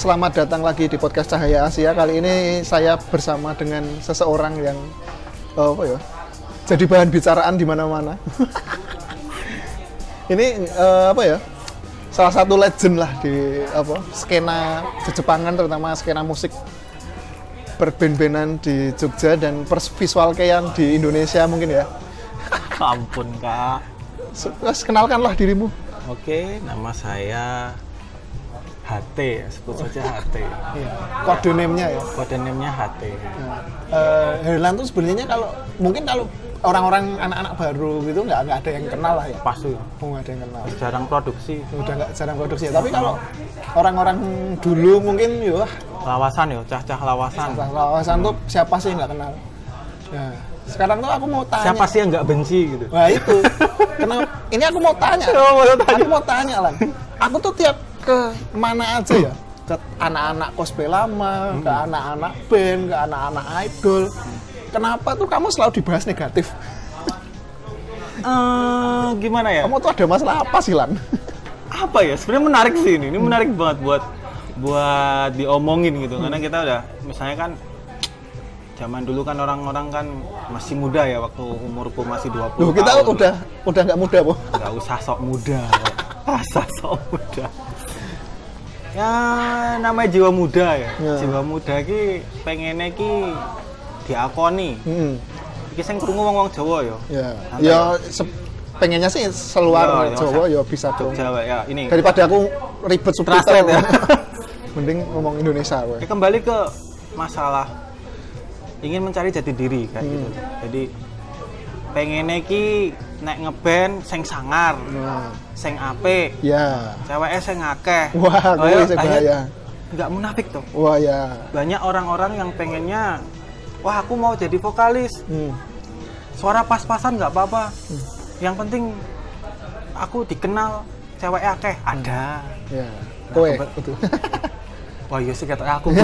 selamat datang lagi di podcast Cahaya Asia. Kali ini saya bersama dengan seseorang yang jadi bahan bicaraan di mana-mana. Ini salah satu legend lah di skena Jepangan, terutama skena musik berband-bandan di Jogja dan visual keyan di Indonesia mungkin ya. Ampun Kak. Kenalkanlah dirimu. Oke, nama saya HT ya, sebut saja HT. Iya. Kode name-nya ya. Kode name-nya HT. Herlan tuh sebenarnya kalau orang-orang anak-anak baru gitu nggak ada yang kenal lah ya. Pasti. Nggak ada yang kenal. Jarang produksi. Udah nggak jarang produksi ya. Tapi kalau orang-orang dulu mungkin Lawasan ya, cah-cah lawasan. Lawasan tuh siapa sih nggak kenal? Nah, sekarang tuh aku mau tanya. Siapa sih yang nggak benci gitu? Nah itu. Kenapa? Ini aku mau tanya. Aku mau tanya Lan. Aku tuh tiap ke mana aja ya, ke anak-anak cosplay lama, ke anak-anak band, ke anak-anak idol. Kenapa tuh kamu selalu dibahas negatif? Gimana ya? Kamu tuh ada masalah apa sih Lan? Apa ya? Sebenarnya menarik sih ini menarik banget buat diomongin gitu. Karena kita udah, misalnya kan zaman dulu kan orang-orang kan masih muda ya, waktu umurku masih 20 Loh, kita tahun. udah nggak muda, Bu. Nggak usah sok muda. Usah sok muda. Ya namanya jiwa muda ya. Jiwa muda ki pengennya ki diakoni. Iki sing krungu wong-wong Jawa ya. Ya pengennya sih seluar Jawa ya bisa dong. Jawa ya ini. Daripada aku ribet subtitle ya. Mending ngomong Indonesia we. Kembali ke masalah ingin mencari jati diri kan gitu. Jadi pengennya ki nek ngeband sing sangar. Sing apik. Ya. Ceweknya sing akeh. Wah, kuwi sing bahaya. Enggak munafik tuh. Wah, ya. Banyak orang-orang yang pengennya, wah aku mau jadi vokalis. Suara pas-pasan nggak apa-apa. Yang penting aku dikenal ceweknya akeh. Ada. Ya. Kowe itu. Wah, iya sih kata aku.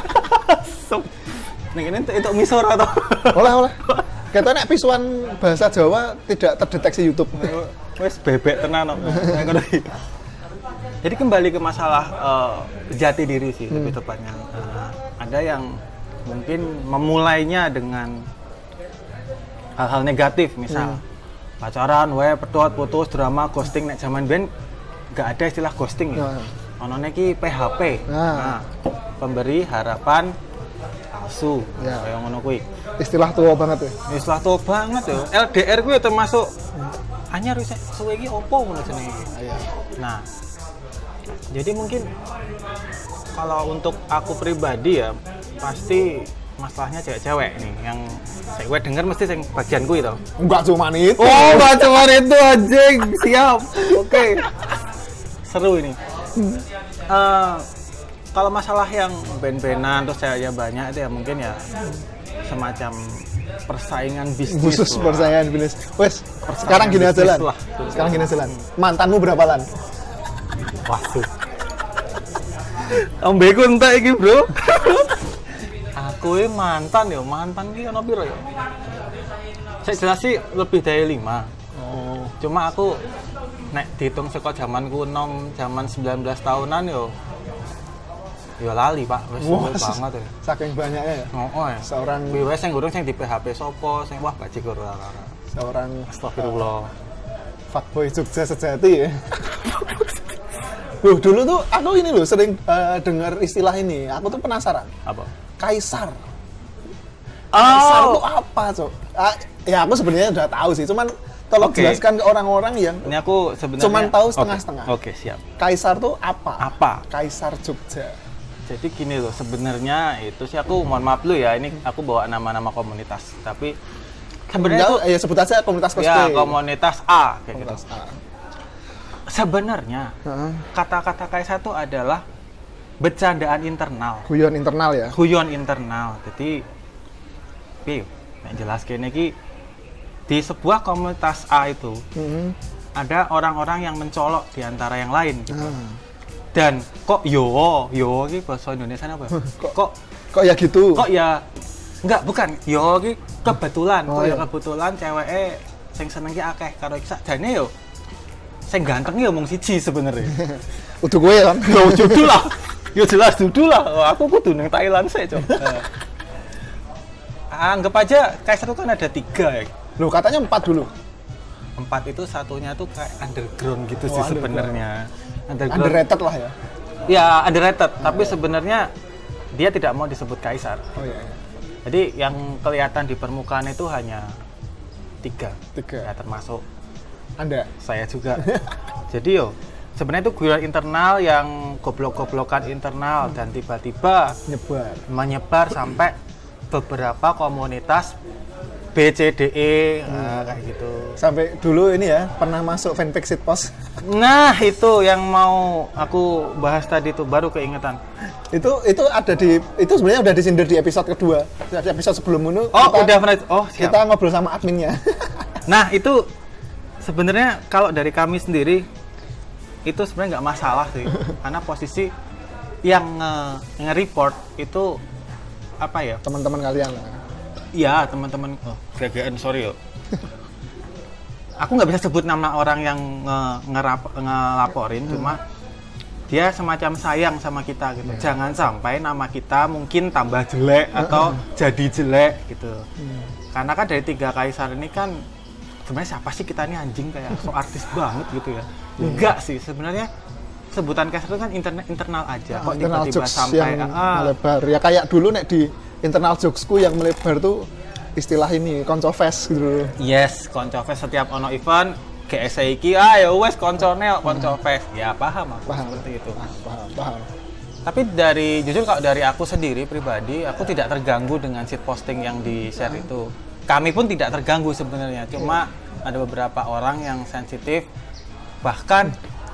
Ning ini untuk misor atau? Oleh. Kata nek pisuan bahasa Jawa tidak terdeteksi YouTube. Wes bebek tenan kok. Jadi kembali ke masalah jati diri sih lebih tepatnya. Ada yang mungkin memulainya dengan hal-hal negatif, misal pacaran, pedot, putus, drama, ghosting. Nek zaman ben nggak ada istilah ghosting ya. Onone ki PHP. Nah, pemberi harapan palsu. Kayak ngono kuwi. Istilah tua banget ya. Istilah tua banget ya. LDR kuwi termasuk anyar wis suwe iki opo ngono jenenge. Nah, jadi mungkin kalau untuk aku pribadi ya pasti masalahnya cewek-cewek nih yang cewek denger mesti yang bagian gue itu. Enggak cuma itu. Oh, enggak cuma itu anjing. Siap. Oke. Seru ini. Kalau masalah yang band-bandan terus ceweknya banyak itu ya mungkin ya semacam persaingan bisnis. Khusus persaingan bisnis. Wes, sekarang gini aja Lan. Sekarang gini aja Lan. Mantanmu berapa Lan? Waduh. Ombeku entek iki, Bro. Aku ini mantan ki ono piro ya? Saya jelas sih lebih dari 5. Cuma aku nek dihitung saka zamanku nom zaman 19 tahunan ya lali Pak, wis banget ya. Saking banyaknya ya. Ya. Seorang wis sing gurung sing di PHP sapa, sing wah bajik ora. Seorang astagfirullah. Fuckboy Jogja sejati ya. Dulu tuh aku ini loh sering dengar istilah ini. Aku tuh penasaran. Apa? Kaisar. Kaisar itu apa, Cok? Ya aku sebenarnya udah tahu sih, cuman tolong jelaskan ke orang-orang yang ini aku sebenarnya cuman tahu setengah-setengah. Oke, siap. Kaisar tuh apa? Apa? Kaisar Jogja. Jadi gini loh, sebenarnya itu sih aku mohon maaf lu ya, ini aku bawa nama-nama komunitas. Tapi sebenarnya itu ya sebut aja komunitas cosplay. Ya, komunitas A kayak komunitas gitu. A. Sebenarnya kata-kata Kaisar itu adalah bercandaan internal. Guyon internal ya. Guyon internal. Jadi yang jelas kene iki di sebuah komunitas A itu ada orang-orang yang mencolok di antara yang lain. Dan kok yo iki bahasa Indonesia apa? Kok ya gitu? Kok ya enggak, bukan. Yo iki kebetulan. Kebetulan ceweke sing seneng ki akeh karo iki sakjane yo. Sing ganteng ya mung siji sebenarnya. Udah gue kan? Loh, judul lah. Ya jelas duduk lah. Oh, aku kudu nang Thailand sih, Cok. Anggap aja Kaisar itu kan ada 3 ya. Loh, katanya 4 dulu. 4 itu satunya tuh kayak underground gitu sih sebenarnya. Underrated lah ya. Ya, underrated, tapi sebenarnya dia tidak mau disebut Kaisar. Oh iya. Jadi yang kelihatan di permukaan itu hanya 3. Ya, termasuk Anda. saya juga. Jadi sebenarnya itu guyon internal yang goblok-goblokan internal dan tiba-tiba menyebar sampai beberapa komunitas BCDE kayak gitu. Sampai dulu ini ya pernah masuk fanpage Sitpos. Nah, itu yang mau aku bahas tadi tuh baru keingetan. Itu ada itu sebenarnya udah disindir di episode kedua. Di episode sebelum itu kita ngobrol sama adminnya. Nah, itu sebenarnya kalau dari kami sendiri itu sebenarnya nggak masalah sih. Karena posisi yang nge-report itu apa ya? Teman-teman kalian lah. Iya, teman-teman. GGN, sorry yo. Aku nggak bisa sebut nama orang yang ngelaporin, cuma dia semacam sayang sama kita gitu. Jangan sampai nama kita mungkin tambah jelek atau jadi jelek gitu. Karena kan dari 3 Kaisar ini kan sebenarnya siapa sih kita ini anjing kayak so artis banget gitu ya. Enggak sih, sebenarnya sebutan Kaisar itu kan internal aja. Kok tiba-tiba sampai melebar. Ya kayak dulu nek di internal jokesku yang melebar tuh istilah ini koncofest gitu. Yes, koncofest setiap ono event GSA iki ya wes koncone koncofest. Ya paham aku seperti itu. Paham. Tapi jujur kalau dari aku sendiri pribadi, aku tidak terganggu dengan shit posting yang di-share itu. Kami pun tidak terganggu sebenarnya. Cuma ada beberapa orang yang sensitif, bahkan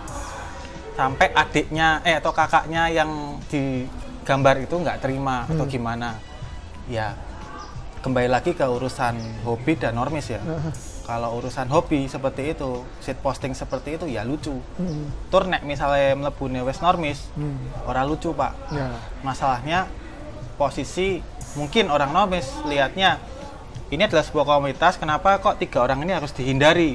sampai adiknya atau kakaknya yang digambar itu nggak terima atau gimana. Ya, kembali lagi ke urusan hobi dan normis ya. Kalau urusan hobi seperti itu, shit posting seperti itu ya lucu. Tur nek misalnya mlebune wis normis, ora lucu, Pak. Masalahnya posisi mungkin orang normis lihatnya ini adalah sebuah komunitas, kenapa kok 3 orang ini harus dihindari?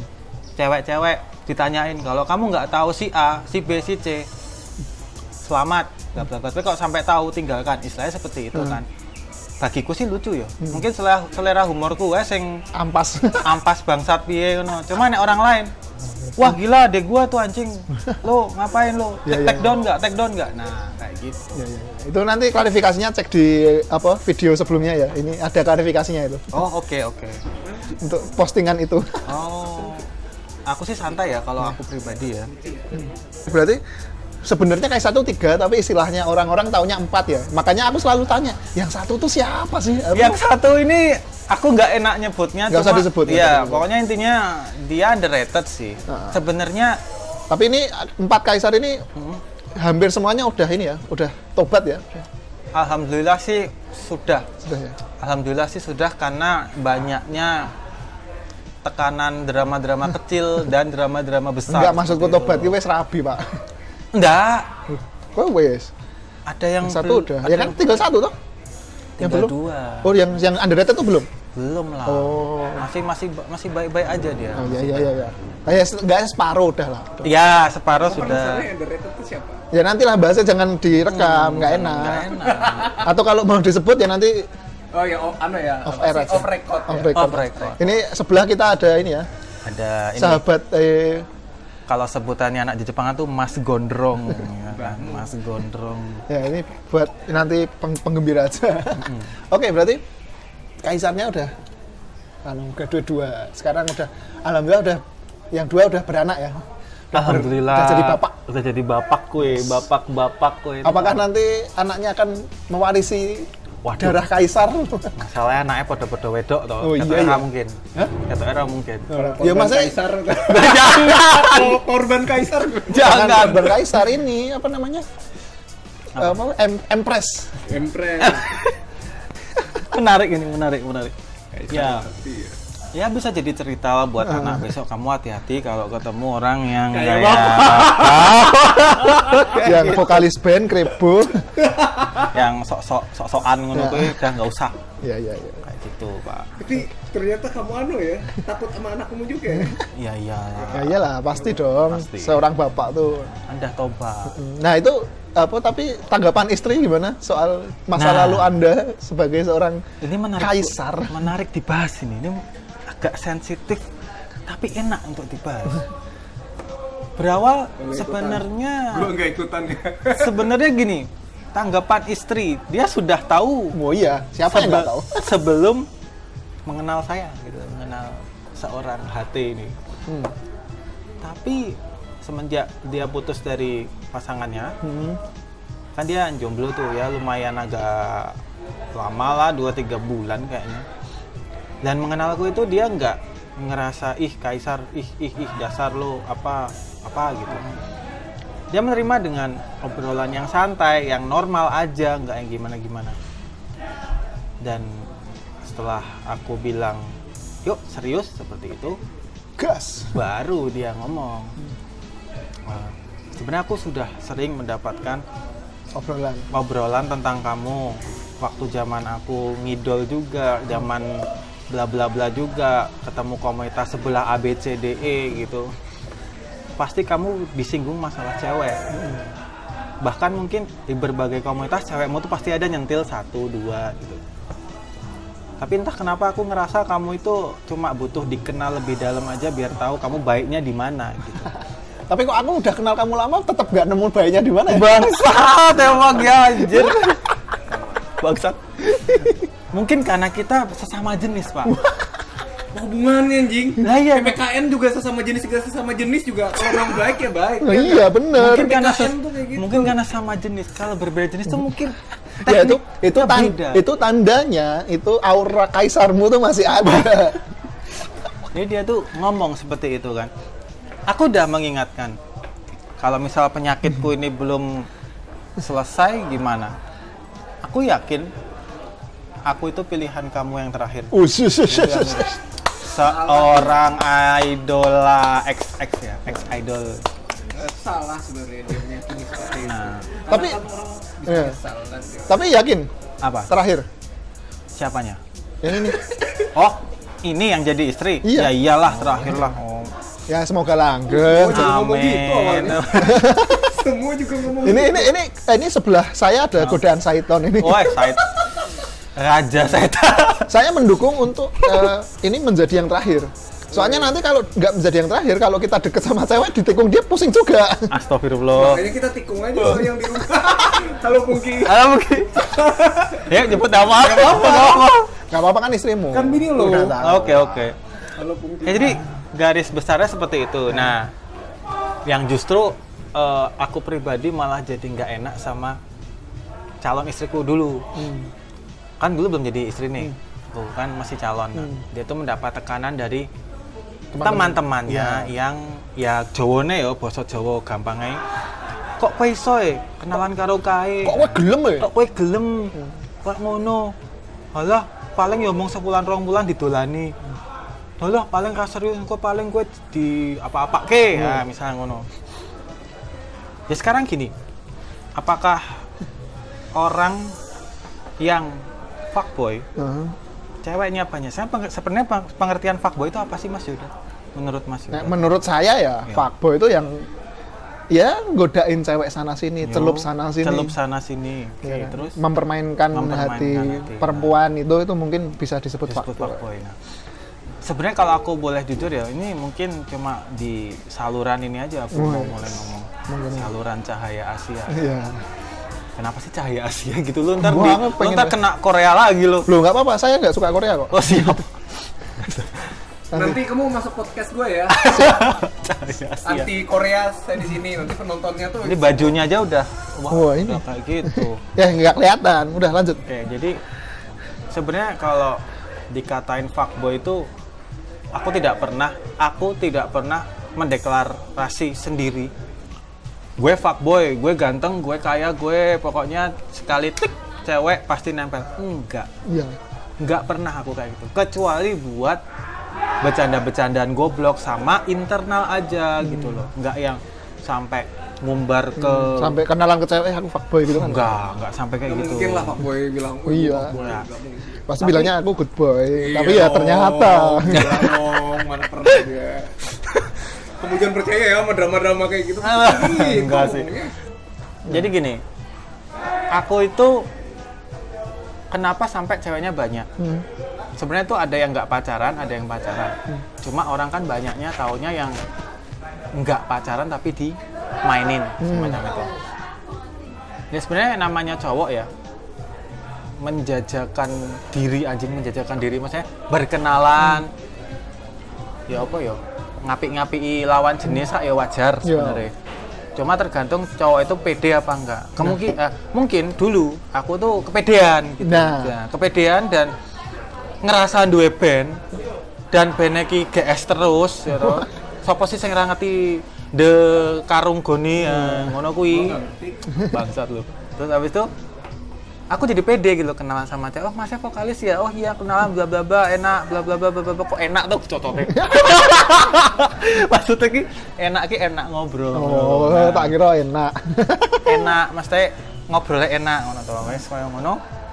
Cewek-cewek ditanyain, kalau kamu nggak tahu si A, si B, si C, selamat. Tapi kok sampai tahu tinggalkan, istilahnya seperti itu kan. Bagiku sih lucu ya. Mungkin selera humorku sing ampas bangsat piye ngono. Cuma nek orang lain, wah gila adek gua tuh anjing. Lo ngapain lo? Take down enggak? Nah, kayak gitu. Itu nanti klarifikasinya cek di video sebelumnya ya. Ini ada klarifikasinya itu. Oh, oke. Untuk postingan itu. Oh. Aku sih santai ya kalau aku pribadi ya. Berarti sebenarnya Kaisar itu 3, tapi istilahnya orang-orang taunya 4 ya. Makanya aku selalu tanya, yang satu tuh siapa sih? Yang satu ini aku nggak enak nyebutnya. Nggak usah disebut. Iya, pokoknya intinya dia underrated sih. Sebenarnya. Tapi ini 4 Kaisar ini hampir semuanya udah ini ya, udah tobat ya. Alhamdulillah sih sudah. Sudah ya. Alhamdulillah sih sudah karena banyaknya tekanan drama-drama kecil dan drama-drama besar. Enggak, maksudku tobat itu wis rabi, Pak. Enggak. Kok wes? Ada yang satu udah. Ya kan tinggal 1 toh? Yang belum? 2. Oh, yang underrated tuh belum? Belum lah. Oh. Masih baik-baik aja dia. Oh iya. Kayak enggak separuh udah lah. Iya, separuh sudah. Underrated itu siapa? Ya nantilah bahasnya jangan direkam, enggak enak. Enggak enak. Atau kalau mau disebut ya nanti Oh ya, off air aja. Off record. Off record. Ini sebelah kita ada ini ya. Ada ini. Sahabat kalau sebutannya anak di Jepang itu Mas Gondrong ya kan? Mas Gondrong. Ya ini buat nanti penggembira aja. Oke, berarti Kaisarnya udah dua. Sekarang alhamdulillah udah yang 2 udah beranak ya. Alhamdulillah. Udah jadi bapak. Udah jadi bapak kue. Apakah nanti anaknya akan mewarisi darah Kaisar? Masalahnya anaknya pada wedok toh. Oh iya. Mungkin. Hah? Era mungkin. Ya masa Kaisar. Jangan. Korban Kaisar. Jangan korban Kaisar ini apa namanya? Empress. menarik. Kaisar ya bisa jadi cerita lah buat anak besok. Kamu hati-hati kalau ketemu orang yang kayak yang vokalis band Krebo yang sok-sokan ngono kuwi udah nggak usah. Iya. Kayak gitu, Pak. Tapi ternyata kamu ya, takut sama anakmu juga ya? Iya. Ya iyalah, pasti dong. Pasti. Seorang bapak tuh. Anda tobat. Nah, itu tapi tanggapan istri gimana soal masa lalu Anda sebagai seorang kaisar? Menarik dibahas ini. Ini agak sensitif tapi enak untuk dibahas. Berawal sebenarnya Gua nggak ikutan ya. Sebenarnya gini, tanggapan istri, dia sudah tahu. Oh iya, siapa yang nggak tahu? Sebelum mengenal saya gitu, mengenal seorang HT ini. Tapi semenjak dia putus dari pasangannya, kan dia jomblo tuh ya, lumayan agak lama lah, 2-3 bulan kayaknya. Dan mengenal aku itu dia nggak ngerasa kaisar, dasar lo apa gitu. Dia menerima dengan obrolan yang santai, yang normal aja, nggak yang gimana-gimana. Dan setelah aku bilang, yuk serius seperti itu, gas, baru dia ngomong. Sebenarnya aku sudah sering mendapatkan obrolan tentang kamu waktu zaman aku ngidol juga, zaman bla bla bla juga, ketemu komunitas sebelah ABCDE gitu. Pasti kamu disinggung masalah cewek. Bahkan mungkin di berbagai komunitas cewekmu tuh pasti ada nyentil 1-2 gitu. Tapi entah kenapa aku ngerasa kamu itu cuma butuh dikenal lebih dalam aja biar tahu kamu baiknya di mana gitu. Tapi kok aku udah kenal kamu lama tetap gak nemu baiknya di mana ya? Bangsat emang ya anjir. Bangsat. Mungkin karena kita sesama jenis, Pak. Hubungannya anjing. Lah iya, PPKN juga sesama jenis juga kalau orang baik ya baik. Oh, iya bener. Mungkin karena sama jenis. Kalau berbeda jenis tuh mungkin ya itu tandanya itu aura kaisarmu tuh masih ada. Jadi dia tuh ngomong seperti itu kan. Aku udah mengingatkan, kalau misal penyakitku ini belum selesai gimana? Aku yakin, aku itu pilihan kamu yang terakhir. Seorang idola XX ya, ex-idol. Salah sebenarnya dia meyakini seperti itu. Nah, Tapi Bisa iya. nyesal nanti. Tapi yakin apa? terakhir Siapanya? ini nih. Oh, ini yang jadi istri? Iya. Ya iyalah, terakhir lah. Oh. Ya semoga langgeng. Ngomong gitu Amin. awalnya. Semua juga ngomong Ini sebelah saya ada godaan Saiton ini. Woi, Said. Raja Said. Saya mendukung untuk ini menjadi yang terakhir. Soalnya nanti kalau nggak menjadi yang terakhir, kalau kita deket sama cewek ditikung dia pusing juga. Astagfirullah. Makanya kita tikung aja kalau yang di rumah. Halo Pungki. Halo mungkin. Ya jemput nama. Nggak apa-apa kan istrimu. Kan bini lo. Udah tahu. Oke. Halo Pungki. Ya, jadi garis besarnya seperti itu. Nah, yang justru aku pribadi malah jadi nggak enak sama calon istriku dulu. Kan dulu belum jadi istri nih. Tuh kan masih calon. Nah, dia tuh mendapat tekanan dari teman-temannya yang ya Jawone ya, basa Jawa gampangnya. Kok kowe iso kenalan karo kae? Kok kowe gelem ya? Kok kowe gelem? Kok ngono? Halah, paling ya omong sebulan 2 bulan didolani. Halah, paling ra serius kok paling kowe di apa-apake. Ya, misalnya ngono. Ya sekarang gini. Apakah orang yang fuckboy ceweknya banyak? Sebenarnya pengertian fuckboy itu apa sih Mas Yuda? Menurut Mas Yuda? Nah, menurut saya ya, fuckboy itu yang ya godain cewek sana sini, celup sana sini. Oke, Ya, terus mempermainkan hati perempuan itu mungkin bisa disebut fuckboy. Nah, sebenarnya kalau aku boleh jujur ya, ini mungkin cuma di saluran ini aja aku mau mulai ngomong. Saluran cahaya Asia. Iya. Kenapa sih cahaya Asia gitu? Lu ntar, pengen kena Korea lagi lo. Loh nggak apa-apa, saya nggak suka Korea kok. Oh siap. Nanti kamu masuk podcast gue ya. Cahaya Asia. Anti Korea saya di sini. Nanti penontonnya tuh. Ini bajunya aja udah. Wah, ini. Udah kayak gitu. Ya nggak kelihatan. Udah lanjut. Oke, jadi sebenarnya kalau dikatain fuckboy itu aku tidak pernah mendeklarasi sendiri. Gue fuckboy, gue ganteng, gue kaya, gue pokoknya sekali tik cewek pasti nempel. Enggak. Iya. Enggak pernah aku kayak gitu. Kecuali buat bercanda-bercandaan goblok sama internal aja gitu loh. Enggak yang sampai ngumbar ke sampai kenalan ke cewek aku fuckboy gitu kan. Enggak sampai kayak gitu. Mungkin lah Pak Boy bilang. Iya. Nah, Pasti bilangnya aku good boy, Iya tapi ya ternyata. Mana pernah dia. Kemudian percaya ya sama drama-drama kayak gitu. Enggak sih. Jadi gini, aku itu kenapa sampai ceweknya banyak? Sebenarnya tuh ada yang nggak pacaran, ada yang pacaran. Cuma orang kan banyaknya taunya yang nggak pacaran tapi dimainin semacam itu. Ya sebenarnya namanya cowok ya, menjajakan diri, maksudnya berkenalan. Ya apa ya? Ngapi-ngapi lawan jenis ya wajar sebenarnya. Cuma tergantung cowok itu pede apa enggak. Mungkin dulu aku tuh kepedean gitu. Ya, kepedean dan ngerasa duwe band dan band iki GS terus ya toh. Sopo sih sing ora ngerti The Karung Goni ngono kuwi. Bangsat lu. Terus habis itu aku jadi pede gitu kenalan sama cewek. Oh, Masnya vokalis ya? Oh iya, kenalan bla bla bla, enak bla bla bla bla bla. Kok enak tuh cocoknya. Maksudnya enak ngobrol. Oh, nah, tak kira enak. Enak, maksudnya ngobrolnya enak ngono to. Wis koyo ngono.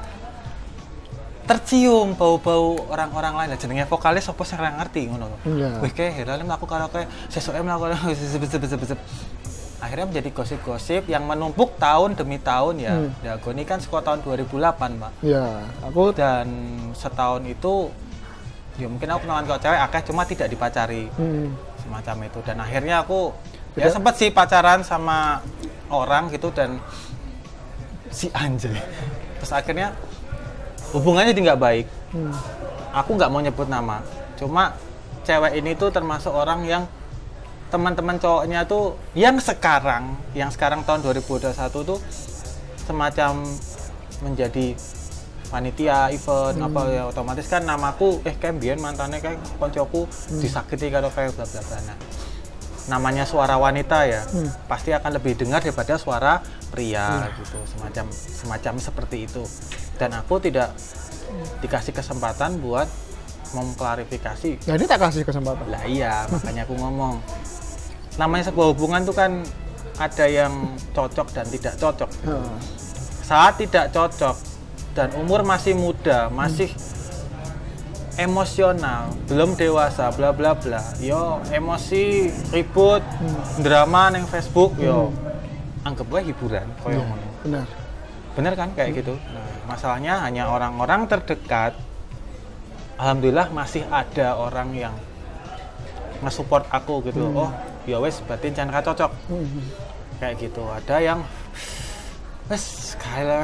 Tercium bau-bau orang-orang lain. Jenenge vokalis sapa sing ora ngerti ngono to. Wih, kayak heran mlaku karaoke, sesuke mlaku. Akhirnya menjadi gosip-gosip yang menumpuk tahun demi tahun ya. Dagoni kan sekolah tahun 2008, Pak. Iya, aku dan setahun itu ya mungkin aku kenalan ke cewek akeh cuma tidak dipacari. Semacam itu dan akhirnya aku ya sempat sih pacaran sama orang gitu dan si anjay. Terus akhirnya hubungannya jadi nggak baik. Aku nggak mau nyebut nama. Cuma cewek ini tuh termasuk orang yang teman-teman cowoknya tuh yang sekarang tahun 2021 tuh semacam menjadi panitia event apa ya, otomatis kan namaku kayak biyen mantane kayak koncoku disakiti karo kayak bla bla bla. Nah, namanya suara wanita ya pasti akan lebih dengar daripada suara pria gitu, semacam seperti itu. Dan aku tidak dikasih kesempatan buat mengklarifikasi. Ya ini tak kasih kesempatan. Lah iya, makanya aku ngomong. Namanya sebuah hubungan tuh kan ada yang cocok dan tidak cocok. Saat tidak cocok dan umur masih muda, masih emosional, belum dewasa, bla bla bla. Yo emosi, ribut, drama neng Facebook, yo anggap gue hiburan, koyo ngono. Bener kan kayak gitu. Nah, masalahnya hanya orang-orang terdekat. Alhamdulillah masih ada orang yang nge-support aku gitu. Oh, ya wes berarti jangan cocok. Kayak gitu. Ada yang wes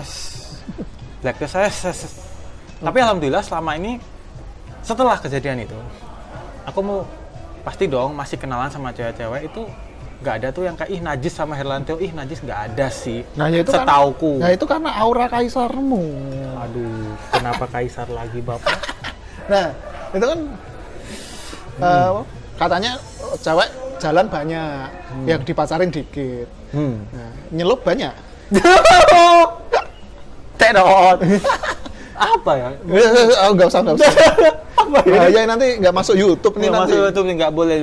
tapi alhamdulillah selama ini setelah kejadian itu aku mau pasti dong masih kenalan sama cewek-cewek itu nggak ada tuh yang kayak najis sama Herlantio, najis nggak ada sih. Nah, ya itu setauku. Nah itu karena aura kaisarmu. Aduh, kenapa kaisar lagi Bapak? Nah itu kan katanya cewek jalan banyak, yang dipacarin dikit. Nah, nyelup banyak. Tedot. Apa ya? Oh, nggak usah. Apa ya? Ya nanti nggak masuk YouTube nih nanti. Masuk YouTube nggak boleh.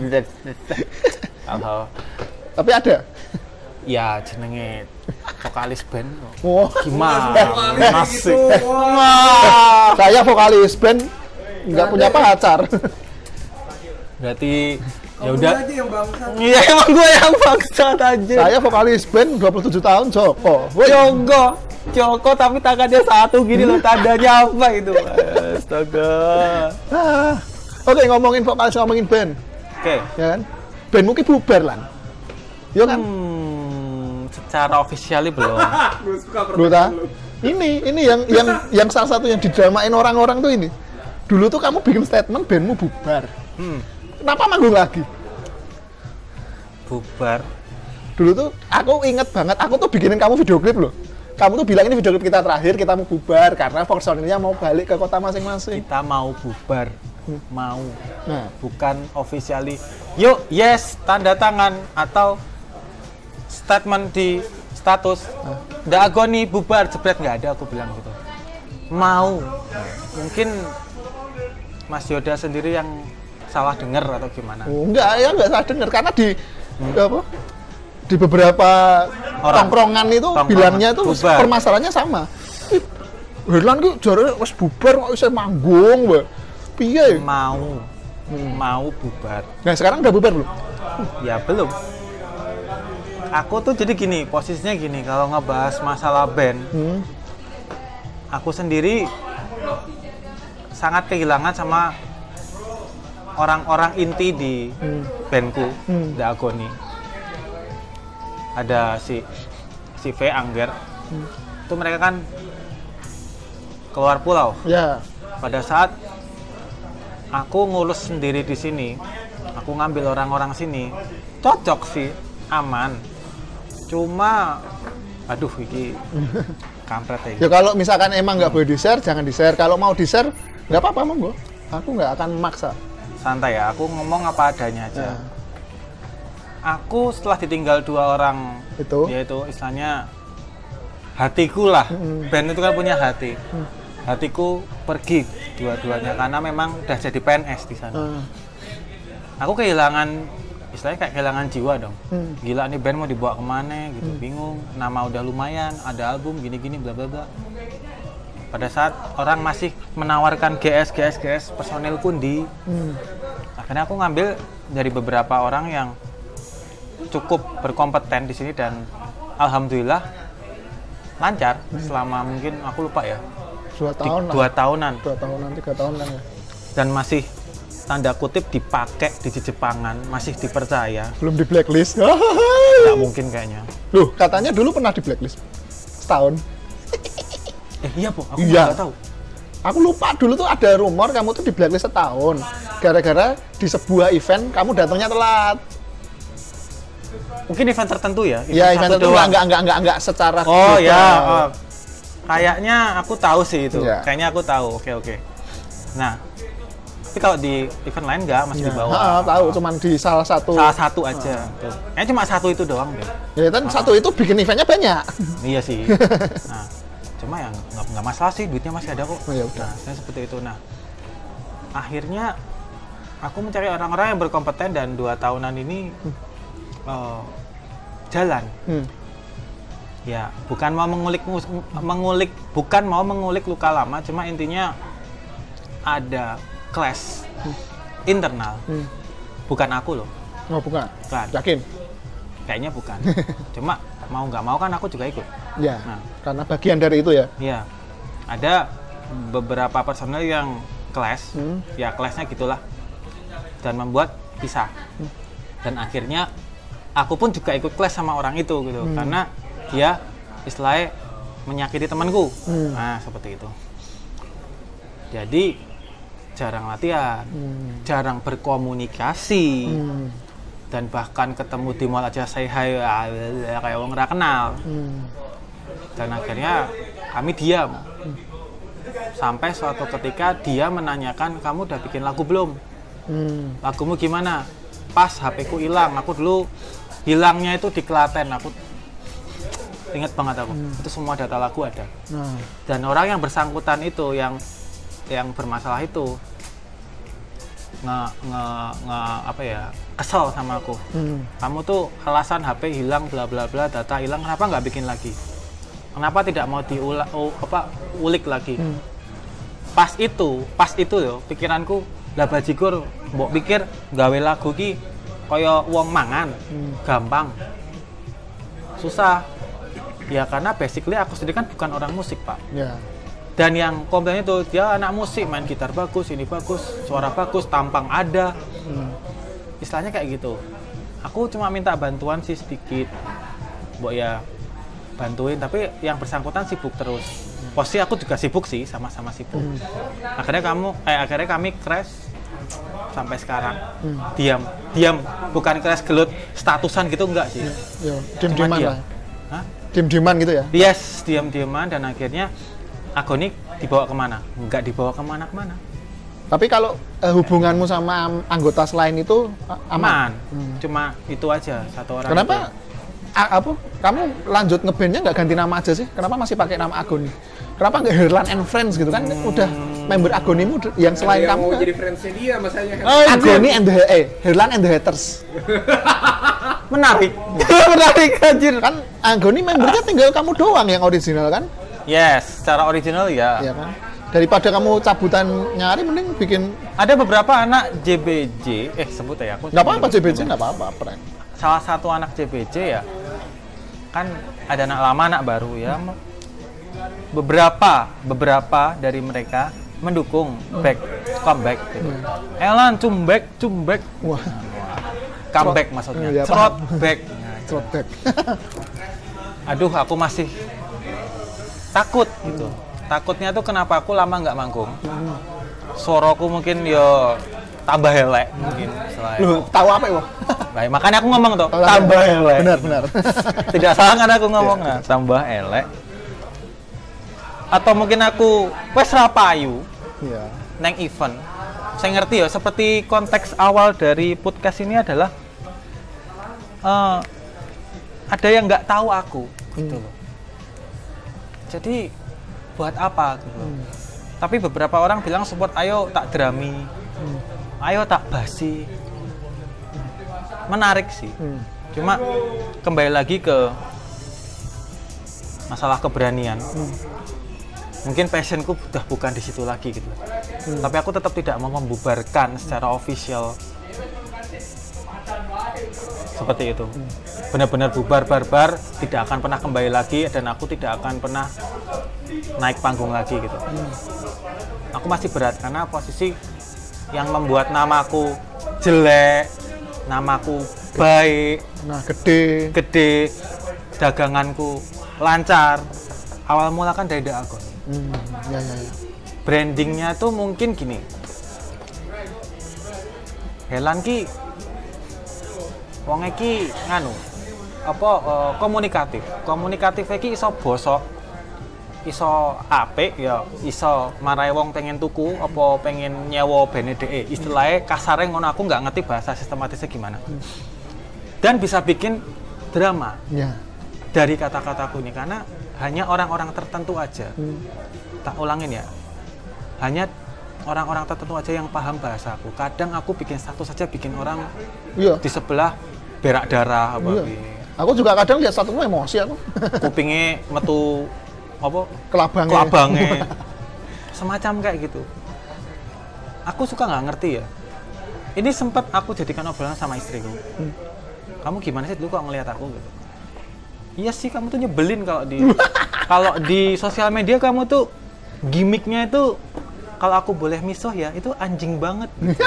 Tapi ada. Ya jenenge vokalis band. Oh, gimana? Masih. Saya vokalis band nggak punya pacar. Berarti ya udah. Iya emang gue yang bangsat aja. Saya vokalis band 27 tahun Joko. Joko tapi tangannya satu gini loh, tandanya apa itu? Astaga. Oke, ngomongin vokalis, ngomongin band. Oke. Ya kan? Band mungkin bubar lah. Ya kan? Secara officially belum. Ini yang salah satu yang didramain orang-orang tuh ini. Dulu tuh kamu bikin statement bandmu bubar. Kenapa manggung lagi? Bubar. Dulu tuh aku inget banget, aku tuh bikinin kamu video klip loh. Kamu tuh bilang ini video klip kita terakhir, kita mau bubar karena personilnya mau balik ke kota masing-masing. Kita mau bubar. Mau. Nah, bukan officially. Yuk, yes, tanda tangan atau statement di status. Dagoni bubar, jebret, nggak ada aku bilang gitu. Mau. Mungkin Mas Yoda sendiri yang salah dengar atau gimana? Enggak salah dengar karena di beberapa tongkrongan itu bilangnya itu permasalahannya sama. Herlan ki jare wis bubar kok isih manggung, Mbak. Piye? Mau bubar. Nah, sekarang udah bubar belum? Ya belum. aku tuh jadi gini, posisinya gini, kalau ngebahas masalah band, aku sendiri sangat kehilangan sama orang-orang inti di bandku, The Agony. Ada si V Angger, itu mereka kan keluar pulau. Ya. Pada saat aku ngurus sendiri di sini, aku ngambil orang-orang sini, cocok sih, aman. Cuma, aduh, ini kampret ya. Ya kalau misalkan emang nggak boleh di-share, jangan di-share. Kalau mau di-share, nggak apa-apa monggo. Aku nggak akan memaksa. Santai ya, aku ngomong apa adanya aja. Ya. Aku setelah ditinggal 2 orang, Itu. yaitu istilahnya hatiku lah. Band itu kan punya hati. Hatiku pergi dua-duanya karena memang udah jadi PNS di sana. Aku kehilangan, istilahnya kayak kehilangan jiwa dong. Gila nih band mau dibawa kemana gitu, bingung. Nama udah lumayan, ada album gini-gini bla bla bla. Pada saat orang masih menawarkan GS personil kundi, akhirnya aku ngambil dari beberapa orang yang cukup berkompeten di sini dan alhamdulillah lancar selama mungkin aku lupa ya 2 tahun lah. 2 tahunan 2 tahunan, 3 tahun kan ya. dan masih tanda kutip dipakai di Jepangan, masih dipercaya. Belum di blacklist. Nggak mungkin kayaknya. Loh, katanya dulu pernah di blacklist. Setahun. Iya po, aku Iya. nggak tahu. Aku lupa dulu tuh ada rumor kamu tuh di blacklist setahun. Gara-gara di sebuah event kamu datangnya telat. Mungkin event tertentu ya? Ya, event satu itu doang. enggak secara Oh global. ya, kayaknya aku tahu sih itu. Ya. Kayaknya aku tahu. Oke. Nah, tapi kalau di event lain nggak, masih di bawah. Tahu, cuman di salah satu. Salah satu aja. Tuh. Kayaknya cuma satu itu doang deh. Ya kan satu itu bikin eventnya banyak. Iya sih. Nah, cuma ya nggak masalah sih, duitnya masih ada kok. Oh, ya udah. Nah, saya seperti itu. Nah, akhirnya aku mencari orang-orang yang berkompeten dan 2 tahunan ini jalan. Ya, bukan mau bukan mau mengulik luka lama, cuma intinya ada clash internal. Bukan aku loh. Oh, bukan. Bukan. Yakin? Kayaknya bukan. Cuma mau nggak mau kan aku juga ikut. Ya. Nah. Karena bagian dari itu ya. Iya. Ada beberapa personel yang clash. Ya, clash-nya gitulah. Dan membuat pisah. Dan akhirnya aku pun juga ikut clash sama orang itu gitu. Karena dia istilahnya menyakiti temanku. Nah, seperti itu. Jadi jarang latihan, jarang berkomunikasi, dan bahkan ketemu di mall aja say hi kayak orang nggak kenal. Dan akhirnya kami diam. Sampai suatu ketika dia menanyakan, kamu udah bikin lagu belum? Lagumu gimana? Pas HP ku hilang, aku dulu hilangnya itu di Klaten, aku inget banget aku. Itu semua data lagu ada. Dan orang yang bersangkutan itu, yang bermasalah itu kesel sama aku. Kamu tuh alasan HP hilang bla bla bla, data hilang, kenapa nggak bikin lagi? Kenapa tidak mau ulik lagi? Pas itu yo pikiranku, lah bajigur mbok pikir gawe lagu ki kaya wong mangan, gampang. Susah. Ya karena basically aku sendiri kan bukan orang musik, Pak. Ya. Dan yang komplain itu, dia anak musik, main gitar bagus, ini bagus, suara bagus, tampang ada. Istilahnya kayak gitu. Aku cuma minta bantuan sih sedikit. Mbok ya bantuin, tapi yang bersangkutan sibuk terus. Posisi aku juga sibuk sih, sama-sama sibuk. Akhirnya kami crash sampai sekarang. Diam. Bukan crash gelut statusan gitu, enggak sih. Ya, diam-diaman lah. Hah? Diam-diaman gitu ya? Yes, diam-diaman, dan akhirnya Agony dibawa kemana? Enggak dibawa kemana-kemana. Tapi kalau hubunganmu sama anggota selain itu aman? Cuma itu aja, satu orang. Kenapa? Itu. Kamu lanjut ngebandnya nggak ganti nama aja sih? Kenapa masih pakai nama Agony? Kenapa nggak Herlan and Friends gitu kan? Udah member Agonymu yang selain Ada yang kamu mau kan? jadi friends-nya dia masanya. Agony and Herlan and the Haters. Menarik. Menarik anjir. Kan Agony membernya tinggal kamu doang yang original kan? Yes, secara original ya. Iya kan? Daripada kamu cabutan nyari, mending bikin. Ada beberapa anak JBJ, sebut ya aku. Nggak apa-apa JBJ, nggak apa-apa, prank. Salah satu anak JBJ ya, kan ada anak lama anak baru ya. Beberapa dari mereka mendukung comeback gitu. Elan comeback. Wah, Comeback maksudnya. Iya, Throwback. throwback. Aduh, aku masih takut gitu. Takutnya tuh kenapa aku lama nggak manggung. Suaraku mungkin yo tambah elek mungkin selain. Lu tahu apa ya? Nah, makanya aku ngomong tuh tambah elek. Benar. Tidak salah kan aku ngomong tambah elek. Atau mungkin aku wes ra payu Iya. neng event. Saya ngerti ya, seperti konteks awal dari podcast ini adalah ada yang nggak tahu aku gitu loh. Jadi buat apa gitu. Tapi beberapa orang bilang support, ayo tak drami, ayo tak basi. Menarik sih. Cuma kembali lagi ke masalah keberanian. Mungkin passionku udah bukan di situ lagi gitu. Tapi aku tetap tidak mau membubarkan secara official seperti itu. Benar-benar bubar barbar, tidak akan pernah kembali lagi dan aku tidak akan pernah naik panggung lagi gitu. Aku masih berat karena posisi yang membuat namaku jelek, namaku baik, Nah, gede, daganganku lancar. Awal mula kan dari Dagon. Ya. Brandingnya tuh mungkin gini. Helan ki wong iki nganu apa komunikatif. Komunikatif iki iso bosok, iso apik ya, iso marai wong pengen tuku apa pengen nyewa BNDE. Istilahnya kasarnya ngono, aku nggak ngerti bahasa sistematisnya gimana. Dan bisa bikin drama. Ya. Dari kata-kataku ini karena hanya orang-orang tertentu aja. Tak ulangin ya. Hanya orang-orang tertentu aja yang paham bahasaku. Kadang aku bikin status saja bikin orang di sebelah berak darah apa Aku juga kadang lihat statusmu emosi aku. kupingnya metu apa Kelabangnya. semacam kayak gitu. Aku suka nggak ngerti ya. Ini sempat aku jadikan obrolan sama istriku. Kamu gimana sih dulu kok ngelihat aku gitu? Iya sih, kamu tuh nyebelin kalau di sosial media kamu tuh gimmicknya itu kalau aku boleh misuh ya, itu anjing banget.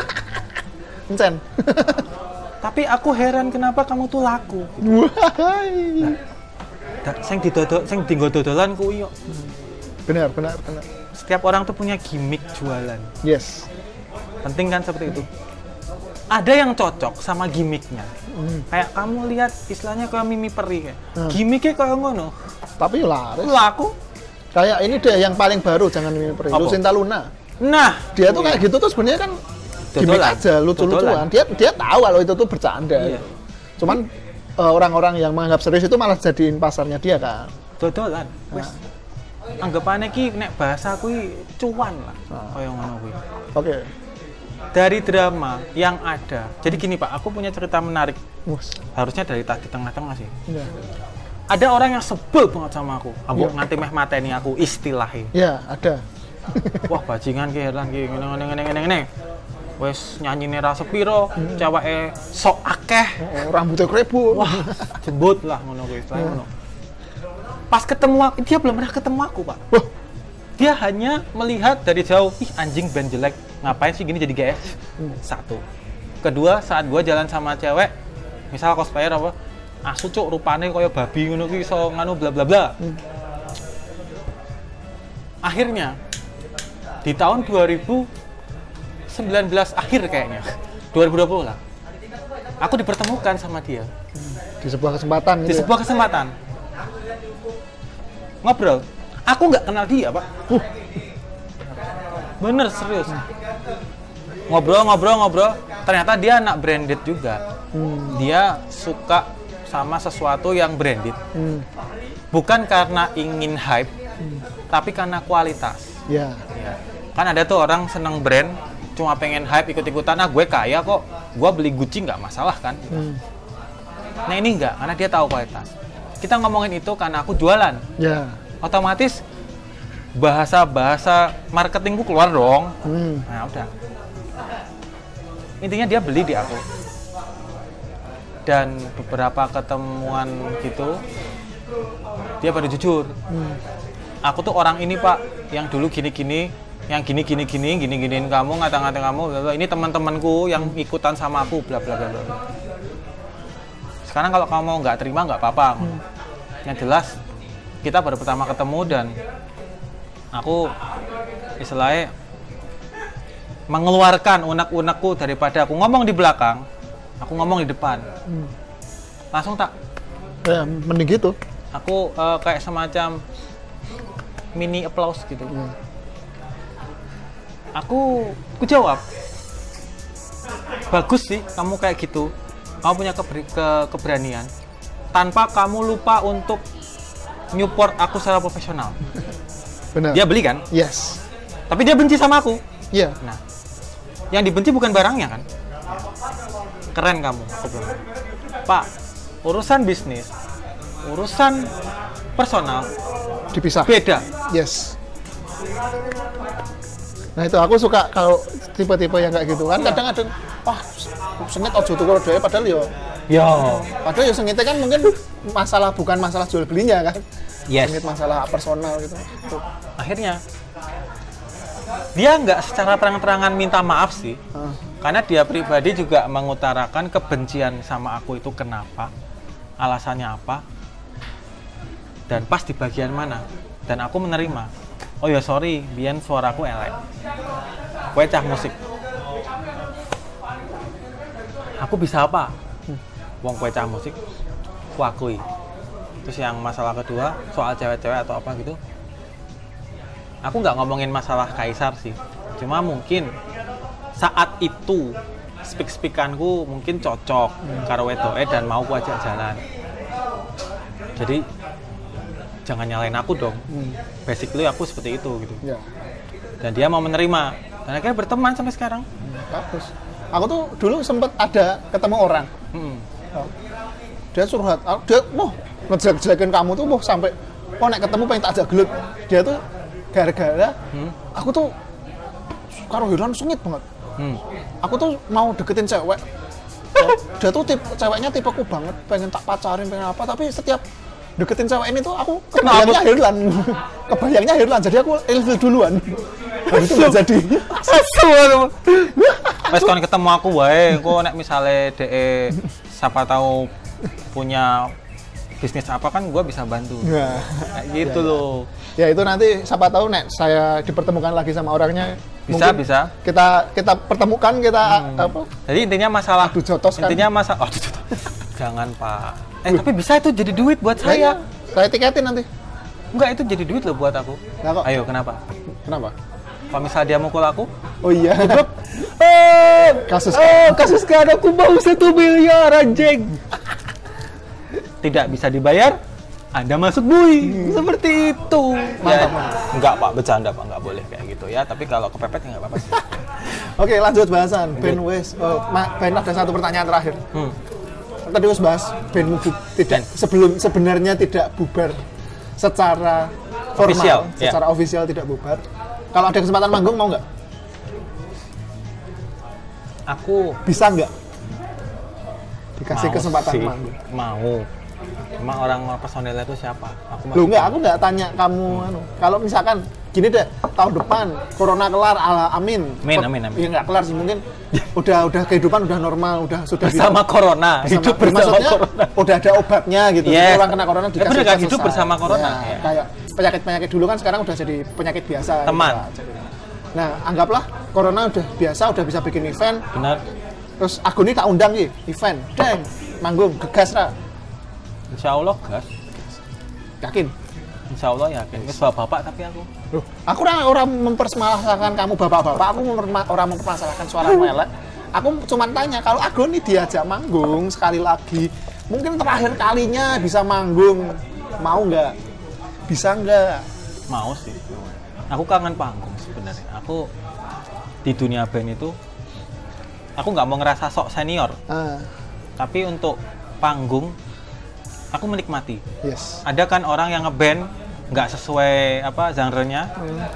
Encen. Tapi aku heran kenapa kamu tuh laku. Wahai. Sing dinggo dodolan kuwi yo. Benar. Setiap orang tuh punya gimmick jualan. Yes. Penting kan seperti itu. Ada yang cocok sama gimmicknya. Kayak kamu lihat istilahnya kayak Mimi Peri kayak. Gimmicknya kayak ngono. Tapi laris. Laku. Kayak ini deh yang paling baru, jangan Mimi Peri. Lucinta Luna. Nah, Dia tuh kayak gitu tuh sebenarnya kan gimmick aja, lucu-lucuan. Dia tahu kalau itu tuh bercanda. Iya. Cuman orang-orang yang menganggap serius itu malah jadiin pasarnya dia kan. dodolan. Wis. Anggapannya ki nek bahasa kuwi cuan lah. Kaya ngono kuwi. Oke. Dari drama yang ada. Jadi gini Pak, aku punya cerita menarik. Harusnya dari tadi tengah-tengah sih. Iya. Ada orang yang sebel banget sama aku. Ambok nganti meh mateni aku istilahnya. Iya, ada. Wah, bajingan ki Herlan ki ngene. Wes nyanyine ra sepiro, ceweke sok akeh. Rambutnya krebul. Wah, jembut lah ngono kuwi istilahnya ngono. Pas ketemu aku, dia belum pernah ketemu aku, Pak. Dia hanya melihat dari jauh, ih anjing band jelek, ngapain sih gini jadi GS? Satu. Kedua, saat gua jalan sama cewek, misal cosplayer apa, asu cuk rupane kaya babi ngono kuwi iso nganu bla bla bla. Akhirnya di tahun 2019 akhir kayaknya, 2020 lah. Aku dipertemukan sama dia. Di sebuah kesempatan Di sebuah kesempatan. Ngobrol. Aku nggak kenal dia, Pak. Bener, serius. Ngobrol. Ternyata dia anak branded juga. Dia suka sama sesuatu yang branded. Bukan karena ingin hype, tapi karena kualitas. Ya. Kan ada tuh orang seneng brand, cuma pengen hype ikut-ikutan. Nah, gue kaya kok, gue beli Gucci nggak masalah kan. Nah ini nggak, karena dia tahu kualitas. Kita ngomongin itu karena aku jualan. Ya. Otomatis bahasa marketingku keluar dong. Nah udah. Intinya dia beli di aku. Dan beberapa ketemuan gitu, dia pada jujur. Aku tuh orang ini Pak, yang dulu gini-gini, yang gini-giniin kamu, ngata-ngatain kamu, bla bla. Ini teman-temanku yang ikutan sama aku, bla bla bla bla. Sekarang kalau kamu mau nggak terima nggak apa-apa. Yang jelas kita baru pertama ketemu dan aku istilahnya mengeluarkan unek-unekku daripada aku ngomong di belakang, aku ngomong di depan. Langsung tak. Ya, mending gitu. Aku kayak semacam mini applause gitu. Aku jawab, bagus sih kamu kayak gitu. Kamu punya keberanian tanpa kamu lupa untuk support aku secara profesional. Benar. Dia beli kan? Yes. Tapi dia benci sama aku. Iya. Nah, yang dibenci bukan barangnya kan? Keren kamu. Aku bilang, Pak, urusan bisnis, urusan personal Dipisah. beda. Yes. Nah itu aku suka kalau tipe-tipe yang kayak gitu kan. Kadang-kadang, wah sengit ojo tuku dhewe padahal padahal sengitnya kan mungkin bukan masalah jual belinya kan. Yes. Sengit masalah personal gitu. Tuh. Akhirnya dia nggak secara terang-terangan minta maaf sih, karena dia pribadi juga mengutarakan kebencian sama aku itu kenapa, alasannya apa, dan pas di bagian mana, dan aku menerima. Oh ya sorry, biyen suaraku elek, kowe cah musik, aku bisa apa? Wong kowe cah musik, aku akui. Terus yang masalah kedua soal cewek-cewek atau apa gitu, aku nggak ngomongin masalah Kaisar sih, cuma mungkin saat itu speak-speakanku mungkin cocok karo wedoke dan mau ku ajak jalan. Jadi jangan nyalain aku dong. Basically aku seperti itu gitu. Ya. Dan dia mau menerima. Dan akhirnya berteman sampai sekarang. Bagus. Aku tuh dulu sempet ada ketemu orang. Dia curhat. Dia ngejelek-jelekin kamu tuh sampai nek ketemu pengen tak ajak gelut. Dia tuh gara-gara aku tuh karo Hiran sengit banget. Aku tuh mau deketin cewek. Dia tuh ceweknya tipeku banget, pengen tak pacarin, pengen apa, tapi setiap deketin cewek ini tuh aku kebayangnya Hirlan. Kebayangnya Hirlan, jadi aku ilfil duluan. Itu nggak jadi. Wes kon ketemu aku wae, engko nek misale DE siapa tahu punya bisnis apa kan gue bisa bantu. Kayak gitu loh. Ya itu nanti siapa tahu nek saya dipertemukan lagi sama orangnya. Bisa. Kita pertemukan apa? Jadi intinya masalah Adu jotos kan. Intinya masalah jangan, Pak. Tapi bisa itu jadi duit buat saya. Saya tiketin nanti. Enggak, itu jadi duit loh buat aku. Nah, kok? Ayo, kenapa? Kenapa? Kalau misal dia mukul aku, oh iya. kasus kan aku mau 1 miliar anjing. Tidak bisa dibayar, Anda masuk bui. Seperti itu. Mantap. Enggak, Pak, bercanda, Pak, enggak boleh kayak gitu ya. Tapi kalau kepepet ya enggak apa-apa sih. Oke, lanjut bahasan. Ben wes. Ben ada satu pertanyaan terakhir. Tadi wes bahas Ben tidak sebenarnya tidak bubar secara formal, official, secara official tidak bubar. Kalau ada kesempatan manggung mau nggak? Aku bisa nggak? Dikasih mau kesempatan sih, manggung. Mau. Cuma orang personelnya itu siapa? Loh enggak, aku nggak tanya kamu. Kalau misalkan gini deh, tahun depan corona kelar, amin. Amin. Ya nggak kelar sih, mungkin udah kehidupan udah normal, sudah bersama bisa, corona, hidup bersama corona. Udah ada obatnya gitu. Yes. Orang kena corona dikasih bener, hidup bersama corona. Ya, kayak penyakit dulu kan sekarang udah jadi penyakit biasa. Teman. Gitu. Nah, anggaplah corona udah biasa, udah bisa bikin event. Benar. Terus aku nih tak undang nih event, deng, manggung, gegas ra. Insya Allah gas. Yakin? Insya Allah yakin. Wis bapak tapi aku. Loh, aku orang mempermasalahkan kamu bapak-bapak, aku orang mempermasalahkan suara melek. Aku cuma tanya, kalau aku nih diajak manggung sekali lagi, mungkin terakhir kalinya bisa manggung, mau nggak? Bisa nggak? Mau sih. Aku kangen panggung sebenarnya. Aku di dunia band itu, aku nggak mau ngerasa sok senior. Tapi untuk panggung, aku menikmati. Yes. Ada kan orang yang ngeband nggak sesuai apa genre-nya,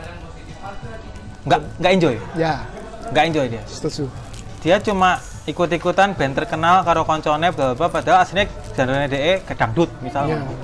nggak enjoy. Ya. Nggak enjoy dia. Setuju. Dia cuma ikut-ikutan band terkenal karo koncone bla bla, padahal aslinya genre DE ke dangdut misalnya.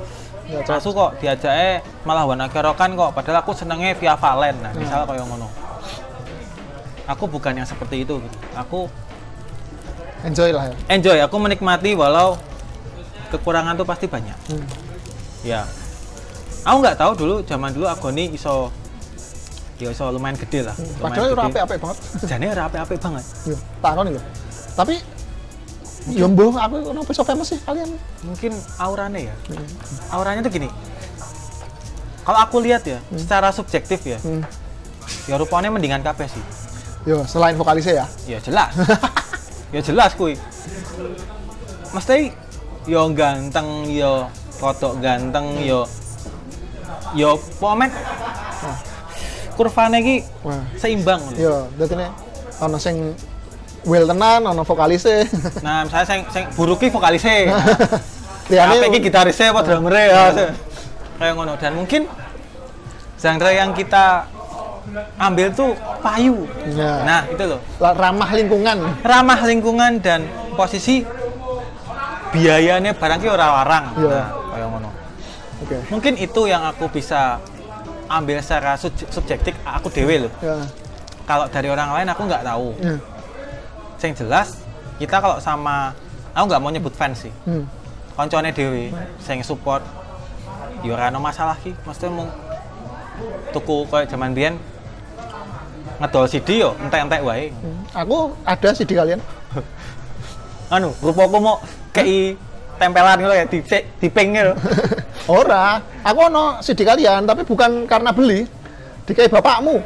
Ya, cocok. Asu kok diajake malah One Ok Rockan kok, padahal aku senengnya Via Valen. Nah, misalnya kayak ngono. Aku bukan yang seperti itu. Aku Enjoy lah ya. enjoy, aku menikmati walau kekurangan tuh pasti banyak. Ya. Aku nggak tahu dulu, zaman dulu Agoni iso lumayan gede lah. Padahal ora apik-apik banget. Jane ora apik-apik banget. Iya, takon lho. Tapi ya mbuh aku kenapa iso famous sih kalian? Mungkin auranya ya. Auranya tuh gini. Kalau aku lihat ya, secara subjektif ya. Ya rupanya mendingan kabeh sih. Yo, selain vokalisnya ya. Ya jelas. Ya jelas kuy. Mesti yo ganteng, yo kodok ganteng, yo pomen. Kurvane iki seimbang lho. Yo, dadi nek ana sing Will tenan, ana vokalisnya. Nah, misalnya sing buruk ki vokalise. Liyane Apa iki gitarisnya apa drummernya ya. Kayak ngono, dan mungkin genre yang kita ambil tuh payu. Ya. Nah, itu loh. Ramah lingkungan. Ramah lingkungan dan posisi biayanya barang ki ora larang. Iya. Nah, kayak ngono. Oke. Mungkin itu yang aku bisa ambil secara subjektif aku dewe loh. Ya. Kalau dari orang lain aku nggak tahu. Yang jelas kita kalau sama, aku nggak mau nyebut fans sih. Koncone dewe, sing support, ya ora ono masalah ki. Maksudnya mau tuku kayak zaman biyen ngedol CD yo entek-entek wae. Aku ada CD kalian. Anu, rupaku mau kei tempelan gitu ya, diping gitu. Ora, aku ono CD kalian tapi bukan karena beli. Dikai bapakmu.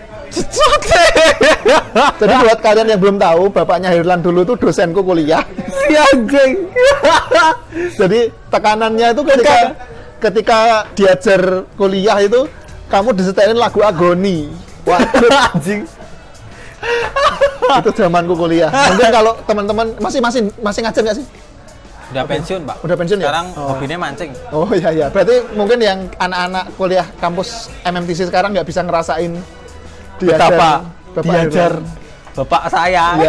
Jadi buat kalian yang belum tahu, bapaknya Herlan dulu tuh dosenku kuliah. Si anjing. Jadi tekanannya itu ketika diajar kuliah itu kamu disetelin lagu Agoni. Waduh anjing. Itu zamanku kuliah. Mungkin kalau teman-teman masih ngajar nggak sih? Udah pensiun, Pak. Udah pensiun ya? Sekarang hobinya mancing. Oh iya. Berarti mungkin yang anak-anak kuliah kampus MMTC sekarang nggak bisa ngerasain Betapa diajar Herlan. bapak saya. Iya.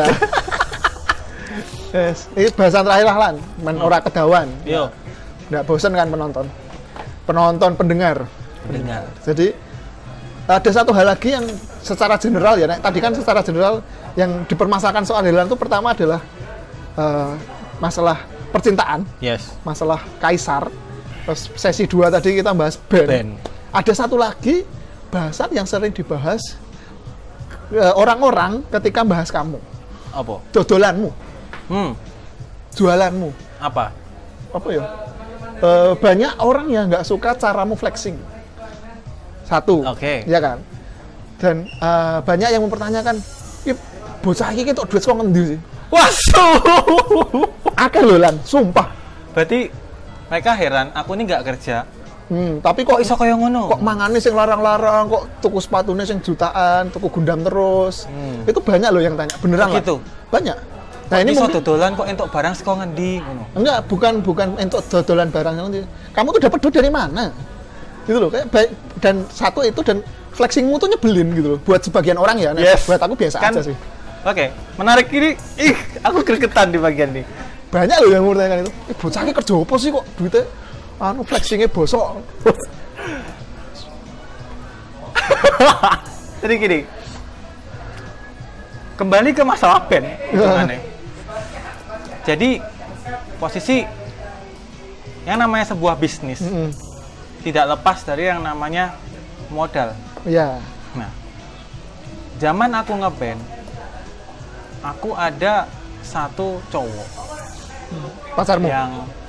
Yes. Ini bahasan terakhir lah Lan, ora kedawan. Yo, Nggak bosan kan penonton pendengar. Jadi ada satu hal lagi yang secara general ya, tadi kan secara general yang dipermasalahkan soal Herlan itu pertama adalah masalah percintaan, masalah kaisar. Terus sesi 2 tadi kita bahas band. Ada satu lagi bahasan yang sering dibahas orang-orang ketika bahas kamu. Apa? Dodolanmu. Jualanmu. Apa ya? Banyak orang yang nggak suka caramu flexing. Satu. Oke. Ya kan? Dan banyak yang mempertanyakan, bocah iki ketok duit kok ngendi sih? Waduh. Akeh lho Lan, sumpah. Berarti mereka heran, aku ini nggak kerja. Tapi kok Iso kaya ngono. Kok mangane sing larang-larang, kok tuku sepatune sing jutaan, tuku Gundam terus. Itu banyak loh yang tanya, beneran lah. Gitu. Banyak. Nah, ini iso mungkin dodolan kok entuk barang saka ngendi ngono. enggak, bukan entuk dodolan barang nanti. Kamu tuh dapat duit dari mana? Gitu loh, kayak baik. Dan satu itu, dan flexingmu tuh nyebelin gitu loh. Buat sebagian orang ya, buat aku biasa Kan, aja sih. Oke, menarik ini. Aku gregetan di bagian ini. Banyak loh yang mempertanyakan itu. Bocah iki kerja apa sih kok duitnya flexingnya bosok. Jadi gini. Kembali ke masalah band, gimana? Jadi posisi yang namanya sebuah bisnis tidak lepas dari yang namanya modal. Iya. Nah, zaman aku ngeband, aku ada satu cowok Pacarmu? yang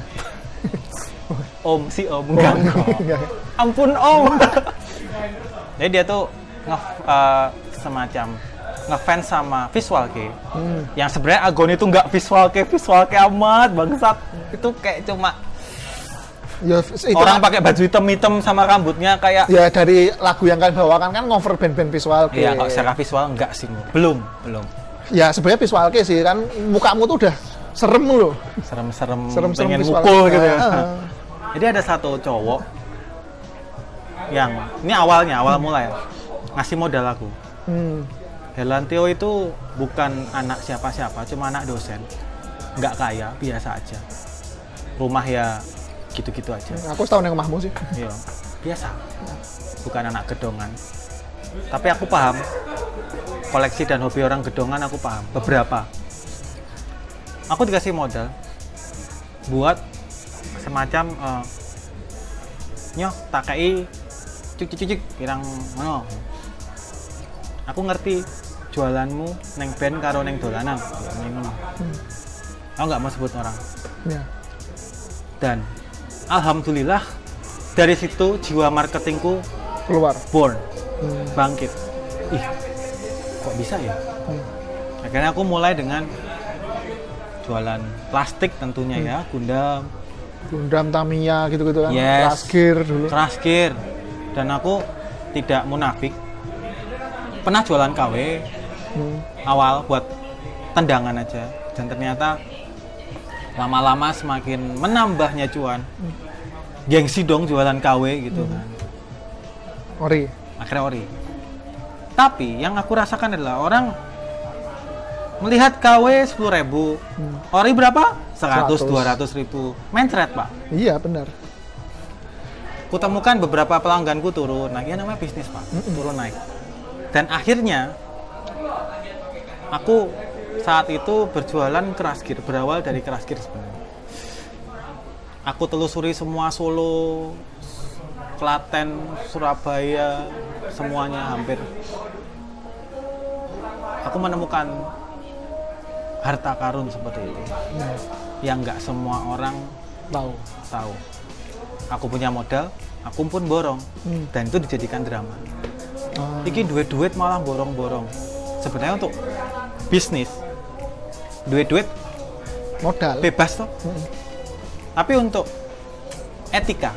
om enggak. Ampun om. Jadi dia tuh semacam ngefans sama Visual Kei. Yang sebenarnya Agoni itu nggak Visual Kei amat bangsat. Itu kayak cuma Ya, itu orang pakai baju hitam sama rambutnya kayak ya dari lagu yang kalian bawakan kan ngover band-band Visual Kei. iya, kalau secara visual enggak sih. Belum. Ya sebenarnya Visual Kei sih kan mukamu tuh udah serem loh. Serem pengen Visual mukul Kei. gitu ya. Jadi ada satu cowok yang ini awal mulai ngasih modal aku. Herlan Theo itu bukan anak siapa-siapa, cuma anak dosen. Nggak kaya, biasa aja. Rumah ya gitu-gitu aja. Aku setahun yang mahmu sih. Iya, biasa. Bukan anak gedongan. Tapi aku paham koleksi dan hobi orang gedongan, aku paham beberapa. Aku dikasih modal buat semacam nyoh tak kei cuk pirang ngono. Aku ngerti jualanmu neng band karo neng dolanan. Ya ngono. Aku nggak mau sebut orang. Ya. Dan alhamdulillah dari situ jiwa marketingku Keluar. born, bangkit. Ih, kok bisa ya? Akhirnya aku mulai dengan jualan plastik tentunya ya, Gundam, Tamiya gitu-gitu kan. Yes. Keras gear dulu. keras gear. Dan aku tidak munafik. Pernah jualan KW awal buat tendangan aja. Dan ternyata lama-lama semakin menambahnya cuan. Gengsi dong jualan KW gitu kan. Ori. Akhirnya ori. Tapi yang aku rasakan adalah orang melihat KW 10.000, ori berapa? 100-200 ribu. Mencret, Pak. Iya, benar. Kutemukan beberapa pelangganku turun. Nah, ini namanya bisnis, Pak. Turun naik. Dan akhirnya aku saat itu berjualan keras gear, berawal dari keras gear sebenarnya. Aku telusuri semua Solo, Klaten, Surabaya, semuanya hampir. Aku menemukan harta karun seperti itu, yang nggak semua orang tahu. Aku punya modal, aku pun borong, dan itu dijadikan drama. Iki duit malah borong-borong. Sebenarnya untuk bisnis, duit Modal. bebas toh. Tapi untuk etika,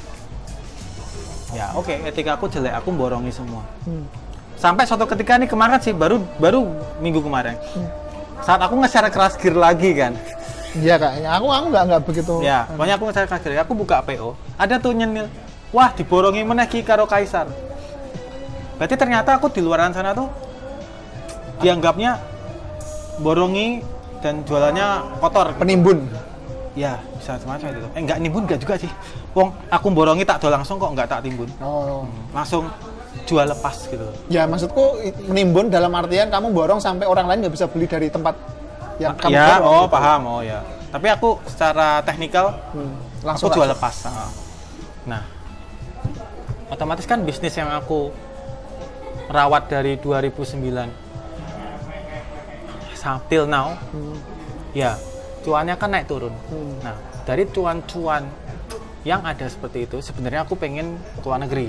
ya oke, etika aku jelek, aku borongi semua. Sampai suatu ketika nih kemarin sih, baru minggu kemarin, saat aku nge-share keras gear lagi kan. Iya kayaknya. Aku nggak begitu. Ya, pokoknya aku nge-share keras gear, aku buka PO, ada tuh nyenil, wah diborongi meneh ki karo Kaisar. Berarti ternyata aku di luaran sana tuh dianggapnya borongi dan jualannya kotor. Penimbun. Ya, bisa semacam itu. Enggak nimbun enggak juga sih. Wong aku borongi tak do langsung kok enggak tak timbun. Oh. Langsung jual lepas gitu. Ya maksudku menimbun dalam artian kamu borong sampai orang lain nggak bisa beli dari tempat yang kamu Ya, borong. oh gitu. paham, oh ya. Tapi aku secara teknikal Langsung aku jual lepas. Nah, otomatis kan bisnis yang aku rawat dari 2009 till now, ya cuannya kan naik turun. Nah, dari cuan-cuan yang ada seperti itu, sebenarnya aku pengen ke luar negeri.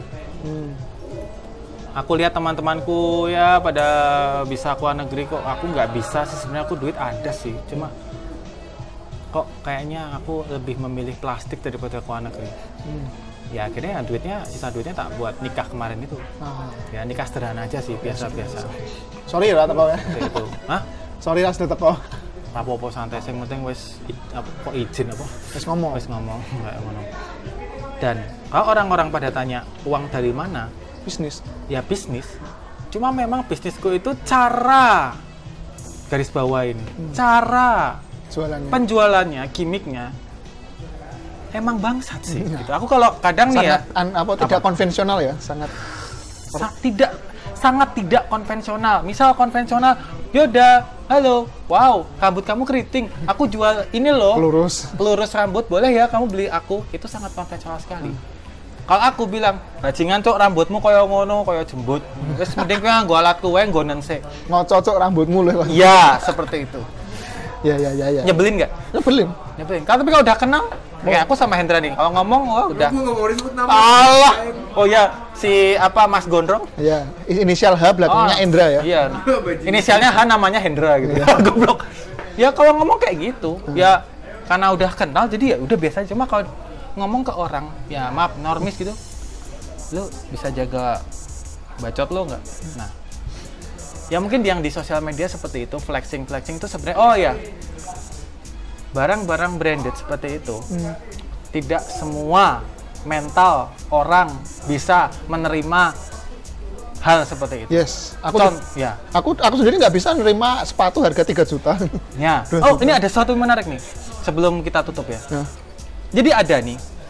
Aku lihat teman-temanku ya pada bisa ke luar negeri, kok aku nggak bisa sih. Sebenarnya aku duit ada sih, cuma kok kayaknya aku lebih memilih plastik daripada ke luar negeri. Ya akhirnya sisa duitnya tak buat nikah kemarin itu. Ya nikah sederhana aja sih, biasa-biasa. Sorry ya teko ya. Kayak itu. Hah? Sorry lah sudah teko. Apa-apa santai, yang penting wis kok izin apa? Wis ngomong. Wis ngomong kayak ngono. Dan kalau orang-orang pada tanya uang dari mana? Bisnis. Ya bisnis. Cuma memang bisnisku itu cara garis bawah ini. Cara Jualannya. penjualannya, gimmicknya emang bangsat sih. Gitu. Aku kalau kadang nih ya Tidak konvensional ya, sangat sangat tidak konvensional. Misal konvensional, yaudah, halo, wow, rambut kamu keriting, aku jual ini loh, pelurus rambut, boleh ya kamu beli aku. Itu sangat konvensional sekali. Kalau aku bilang, bajingan cok rambutmu koyo ngono, koyo jembut, terus mending kowe nggo alatku wae nggo nense. Ngococok rambutmu loh. Iya, seperti itu. Ya. Nyebelin nggak? Nyebelin. Tapi kalau udah kenal, kayak aku sama Hendra nih, kalau ngomong, wah udah. Gue nggak mau disebut nama. Allah. Oh ya, si apa Mas Gondrong? Ya, inisial H belakangnya Endra ya. Iya. Inisialnya H, namanya Hendra gitu. Goblok. Ya kalau ngomong kayak gitu, ya karena udah kenal jadi ya udah biasa. Cuma kalau ngomong ke orang, ya maaf normis gitu, lu bisa jaga bacot lo nggak? Nah, ya mungkin yang di sosial media seperti itu, flexing itu sebenarnya, oh ya, barang-barang branded seperti itu, tidak semua mental orang bisa menerima hal seperti itu. Yes, ya. Aku sendiri nggak bisa nerima sepatu harga 3 juta. Ya. Oh, ini ada sesuatu yang menarik nih. Sebelum kita tutup ya. Jadi ada nih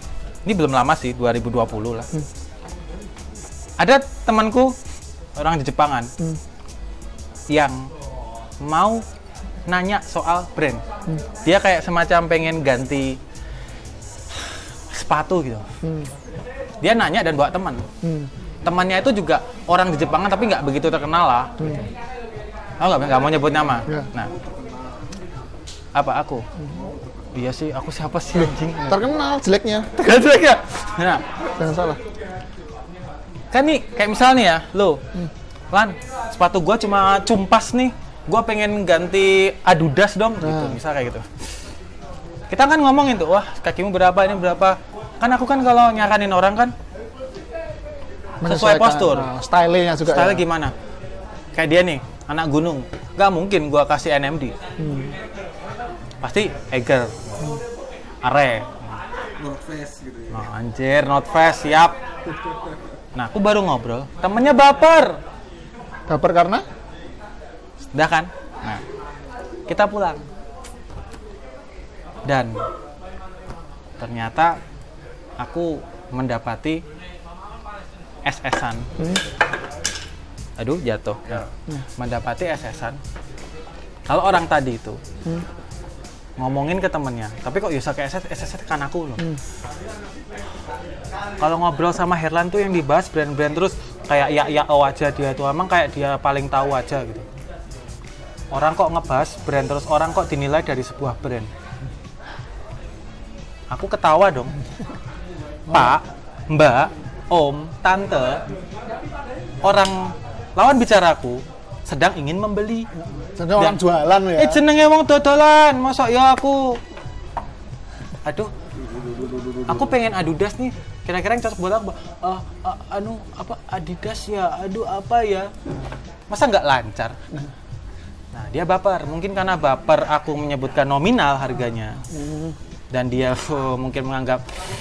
ini belum lama sih, 2020 lah. Ada temanku orang di Jepangan yang mau nanya soal brand. Dia kayak semacam pengen ganti sepatu gitu. Dia nanya dan bawa teman. Temannya itu juga orang di Jepangan tapi nggak begitu terkenal lah. Aku nggak mau nyebut nama. Nah, apa aku? Iya sih, aku siapa sih anjing? Terkenal jeleknya. Terkenal jeleknya. Nah, Jangan salah. kan nih kayak misalnya ya, lo, Lan, sepatu gua cuma cumpas nih. Gua pengen ganti Adidas dong, gitu. Misal kayak gitu. Kita kan ngomongin tuh, wah kakimu berapa, ini berapa. Kan aku kan kalau nyaranin orang kan sesuai postur. Stylenya juga. Style gimana? Kayak dia nih, anak gunung. Gak mungkin gua kasih NMD. Pasti Eiger, Are. North Face gitu ya. Oh, anjir, North Face, siap. Nah, aku baru ngobrol, temennya baper. Baper karena? Udah kan? Nah, kita pulang. Dan ternyata aku mendapati SS-an. Aduh, jatuh. Nah, mendapati SS-an. Kalau orang tadi itu ngomongin ke temennya, tapi kok Yusa ke SS kan aku loh. Kalau ngobrol sama Herlan tuh yang dibahas brand-brand terus kayak ya aja dia tuh, emang kayak dia paling tahu aja gitu. Orang kok ngebahas brand terus, orang kok dinilai dari sebuah brand. Aku ketawa dong. Pak, Mbak, Om, Tante, orang lawan bicaraku sedang ingin membeli. Sedang orang jualan ya. Jenenge wong dodolan, masa ya aku. Aduh. Aku pengen Adidas nih. Kira-kira yang cocok buat aku. Apa Adidas ya? Aduh, apa ya? Masa nggak lancar? Nah, dia baper. Mungkin karena baper aku menyebutkan nominal harganya. Dan dia mungkin menganggap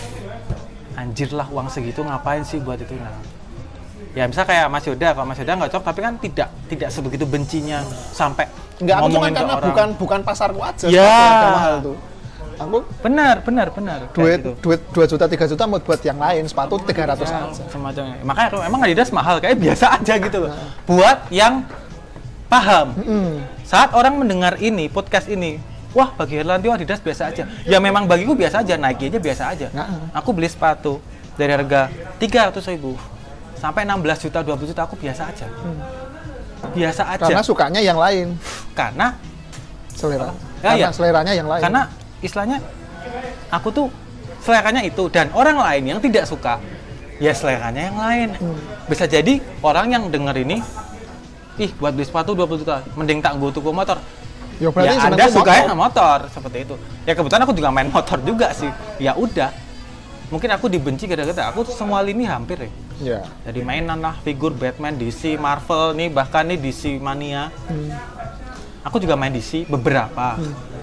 anjir lah uang segitu ngapain sih buat itu. Nah, ya misal kayak Mas Yoda, kalau Mas Yoda nggak cocok, tapi kan tidak sebegitu bencinya sampai Enggak, aku cuma ngomongin ke karena orang. bukan pasarku aja. Ya. Sepatu mahal tuh. Aku Benar. duit 2 juta 3 juta buat yang lain, sepatu 300 aja. Semacamnya. Makanya emang Adidas mahal, kayak biasa aja gitu loh. Buat yang paham. Saat orang mendengar ini, podcast ini, wah bagi Herlanti Adidas biasa aja. Ya memang bagiku biasa aja, Nike aja biasa aja. Aku beli sepatu dari harga 300.000 sampai 16 juta, 20 juta aku biasa aja. Biasa aja. Karena sukanya yang lain. Karena Selera. Ya, Karena seleranya yang lain. karena istilahnya aku tuh seleranya itu, dan orang lain yang tidak suka ya seleranya yang lain. Bisa jadi orang yang denger ini, ih buat beli sepatu 20 juta mending tak gue tuku motor. Ya berarti Ya Anda sukanya motor seperti itu. Ya kebetulan aku juga main motor juga sih. Ya udah, mungkin aku dibenci gara-gara aku semua lini hampir ya. Ya. Jadi mainan lah, figur Batman, DC, Marvel nih, bahkan nih DC Mania. Aku juga main DC beberapa.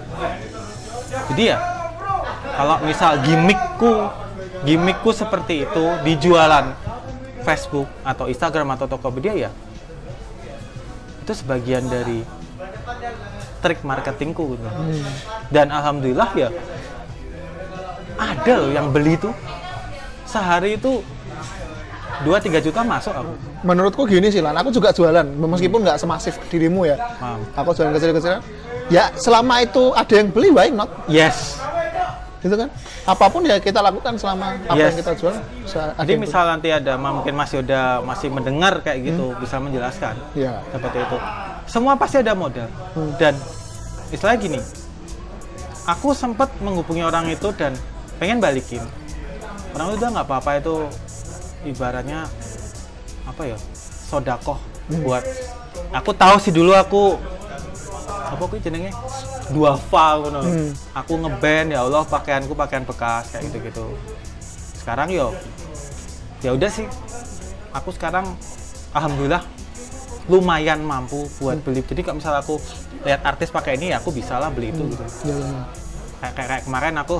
Jadi ya, kalau misal gimmickku seperti itu di jualan Facebook atau Instagram atau Tokopedia ya, itu sebagian dari trik marketingku gitu. Dan alhamdulillah ya, ada loh yang beli tuh sehari itu 2-3 juta masuk aku. Menurutku gini sih Lan, aku juga jualan meskipun nggak semasif dirimu ya. Aku jualan kecil-kecilan. Ya selama itu ada yang beli, why not? Yes. Gitu kan? Apapun ya kita lakukan selama apa yang kita jual. Jadi misal nanti ada mungkin Mas Yoda masih mendengar kayak gitu, bisa menjelaskan. Ya. Seperti itu. Semua pasti ada modal. Dan istilahnya gini, aku sempat menghubungi orang itu dan pengen balikin. Orang itu udah nggak apa-apa, itu ibaratnya apa ya, sodakoh buat aku. Tahu sih dulu aku apa aku jenenge duafa ngono. Aku ngeband, ya Allah pakaianku pakaian bekas kayak gitu-gitu. Sekarang ya udah sih. Aku sekarang alhamdulillah lumayan mampu buat beli. Jadi kalau misal aku lihat artis pakai ini, ya aku bisa lah beli itu gitu. Kayak kemarin aku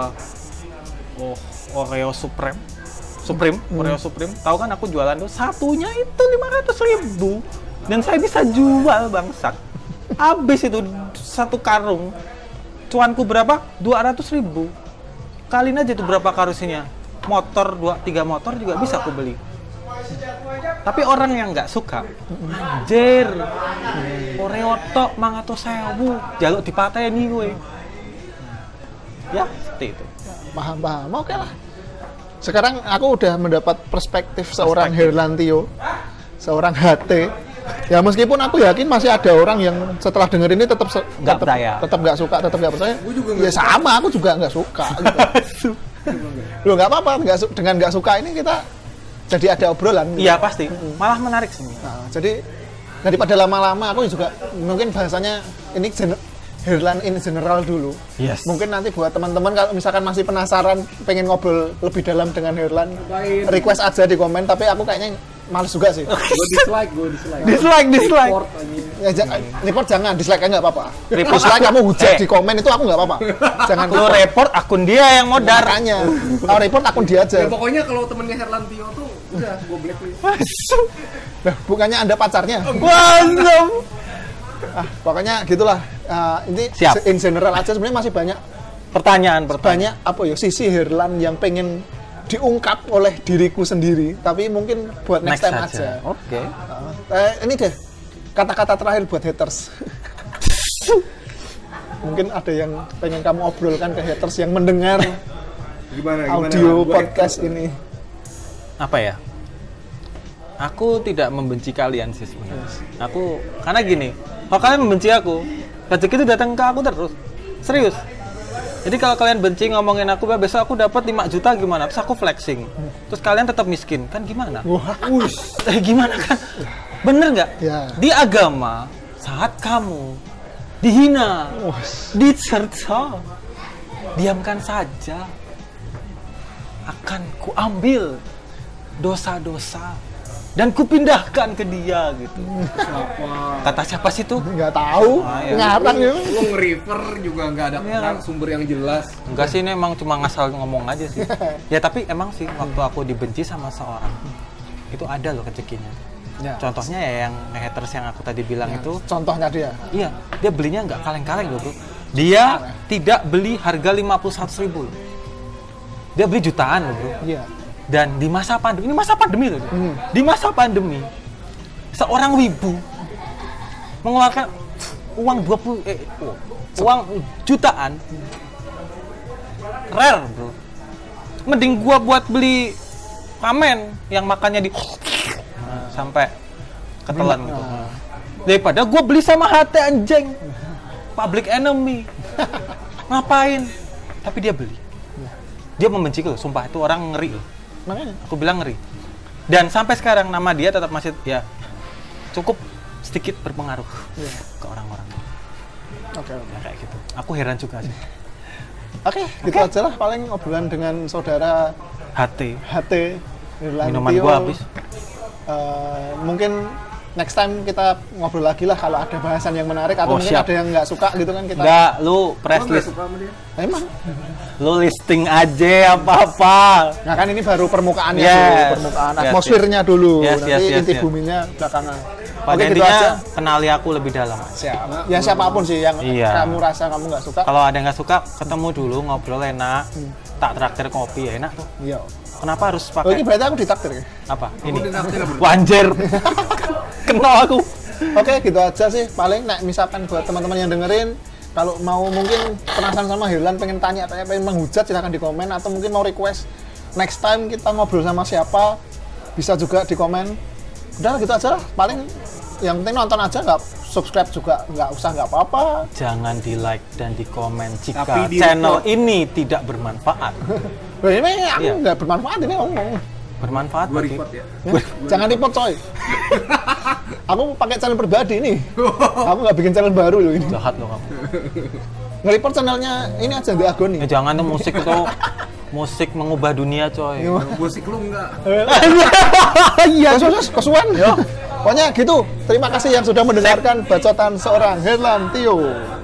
Oreo Supreme. Tahu kan aku jualan tuh satunya itu 500.000 dan saya bisa jual bangsat. Habis itu satu karung. Cuanku berapa? 200.000. Kaliin aja itu berapa karusinya. motor 2-3 motor juga bisa aku beli. Tapi orang yang nggak suka, anjir, Oreo tok 500.000, jaluk dipateni gue. Ya, seperti itu. Paham. Oke lah. Sekarang aku udah mendapat perspektif seorang Herlantio, seorang HT. Ya meskipun aku yakin masih ada orang yang setelah denger ini tetap nggak suka, tetap nggak percaya. Ya sama, aku juga nggak suka. Gitu. Loh nggak apa-apa, dengan nggak suka ini kita jadi ada obrolan. Gitu. Iya pasti, malah menarik sih. Nah, jadi daripada lama-lama aku juga mungkin bahasanya ini Herlan in general dulu. Yes. Mungkin nanti buat teman-teman kalau misalkan masih penasaran pengen ngobrol lebih dalam dengan Herlan, request aja di komen. Tapi aku kayaknya males juga sih. Gue dislike. Dislike. Report aja. Ya, report jangan, dislike aja nggak apa-apa. Dislike kamu hujat di komen itu aku nggak apa-apa. Jangan Lu report akun dia yang modar. Makanya. Kalau report akun dia aja. Ya pokoknya kalau temennya Herlantio tuh udah gue blacklist. Nah, bukannya Anda pacarnya? Waduh. Pokoknya gitulah. Ini Siap. in general aja sebenarnya masih banyak Pertanyaan. banyak apa ya sisi Herlan yang pengen diungkap oleh diriku sendiri, tapi mungkin buat next time aja. Oke. Ini deh kata-kata terakhir buat haters. Mungkin ada yang pengen kamu obrolkan ke haters yang mendengar Gimana? audio Gua podcast haters. ini. Apa ya? Aku tidak membenci kalian sih sebenarnya. Aku karena gini, kalau kalian membenci aku, rezeki itu datang ke aku terus. Serius. Jadi kalau kalian benci ngomongin aku, besok aku dapat 5 juta gimana? Terus aku flexing. Terus kalian tetap miskin, kan gimana? Wah, Gimana kan? Bener nggak? Ya. Di agama, saat kamu dihina, dicerca, diamkan saja. Akan kuambil dosa-dosa dan kupindahkan ke dia gitu. Kata siapa sih tuh? nggak tahu, iya. ngarang ya. Lu nge-refer juga nggak ada Iya. sumber yang jelas. Enggak sih, ini emang cuma ngasal ngomong aja sih. Ya tapi emang sih waktu aku dibenci sama seorang itu ada loh rezekinya. Ya. Contohnya ya yang haters yang aku tadi bilang itu. Contohnya dia. Iya, dia belinya nggak kaleng-kaleng loh bro. Dia tidak beli harga 51.000 loh. Dia beli jutaan loh bro. Iya. Dan di masa pandemi, ini masa pandemi loh. Di masa pandemi, seorang wibu mengeluarkan uang uang jutaan, rare bro. Mending gua buat beli ramen yang makannya di sampai ketelan gitu. Daripada gua beli sama hati anjing, public enemy. Ngapain? Tapi dia beli. Dia membenci loh, sumpah itu orang ngeri loh. Makanya. Aku bilang ngeri. Dan sampai sekarang nama dia tetap masih ya cukup sedikit berpengaruh ke orang-orang. Oke. Ya kayak gitu. Aku heran juga sih. Oke, gitu aja lah paling obrolan dengan saudara HT. Herlantio. Minuman gua habis. Mungkin next time kita ngobrol lagi lah kalau ada bahasan yang menarik atau mungkin siap. ada yang nggak suka gitu kan kita. Enggak, lu press Lu nggak list. suka sama dia? Emang. Lu listing aja apa-apa. Nah kan ini baru permukaannya Yes. dulu, permukaan Yes, atmosfernya dulu. Yes, Nanti yes, inti yes. buminya belakangan. Pada Oke, gitu intinya aja. kenali aku lebih dalam. Siap. Ya siapapun sih yang Iya. kamu rasa kamu nggak suka. Kalau ada yang nggak suka, ketemu dulu ngobrol enak. Tak traktir kopi ya enak tuh. Iya. Kenapa harus Oh ini pakai berarti aku ditakdir ya? apa? Ini. Ditraktir apa? Wanjir. Kenal aku. Oke, gitu aja sih. Paling misalkan buat teman-teman yang dengerin, kalau mau mungkin penasaran sama Herlan, pengen tanya, pengen menghujat, silahkan di komen. Atau mungkin mau request next time kita ngobrol sama siapa, bisa juga di komen. Udah gitu aja lah. Paling yang penting nonton aja, nggak subscribe juga nggak usah, nggak apa-apa. Jangan di like dan di komen jika Tapi di channel report. ini tidak bermanfaat. Loh, ini aku Iya. nggak bermanfaat ini ngomong. Bermanfaat. Gua Oke. report ya. Jangan report coy. Aku pakai channel pribadi nih. Aku nggak bikin channel baru loh ini. Jahat loh kamu. Nge-report channelnya ini aja The Agony. Jangan tuh musik itu musik mengubah dunia coy. Musik lu enggak. Iya, kesuwen. Pokoknya gitu. Terima kasih yang sudah mendengarkan bacotan seorang Herlantio.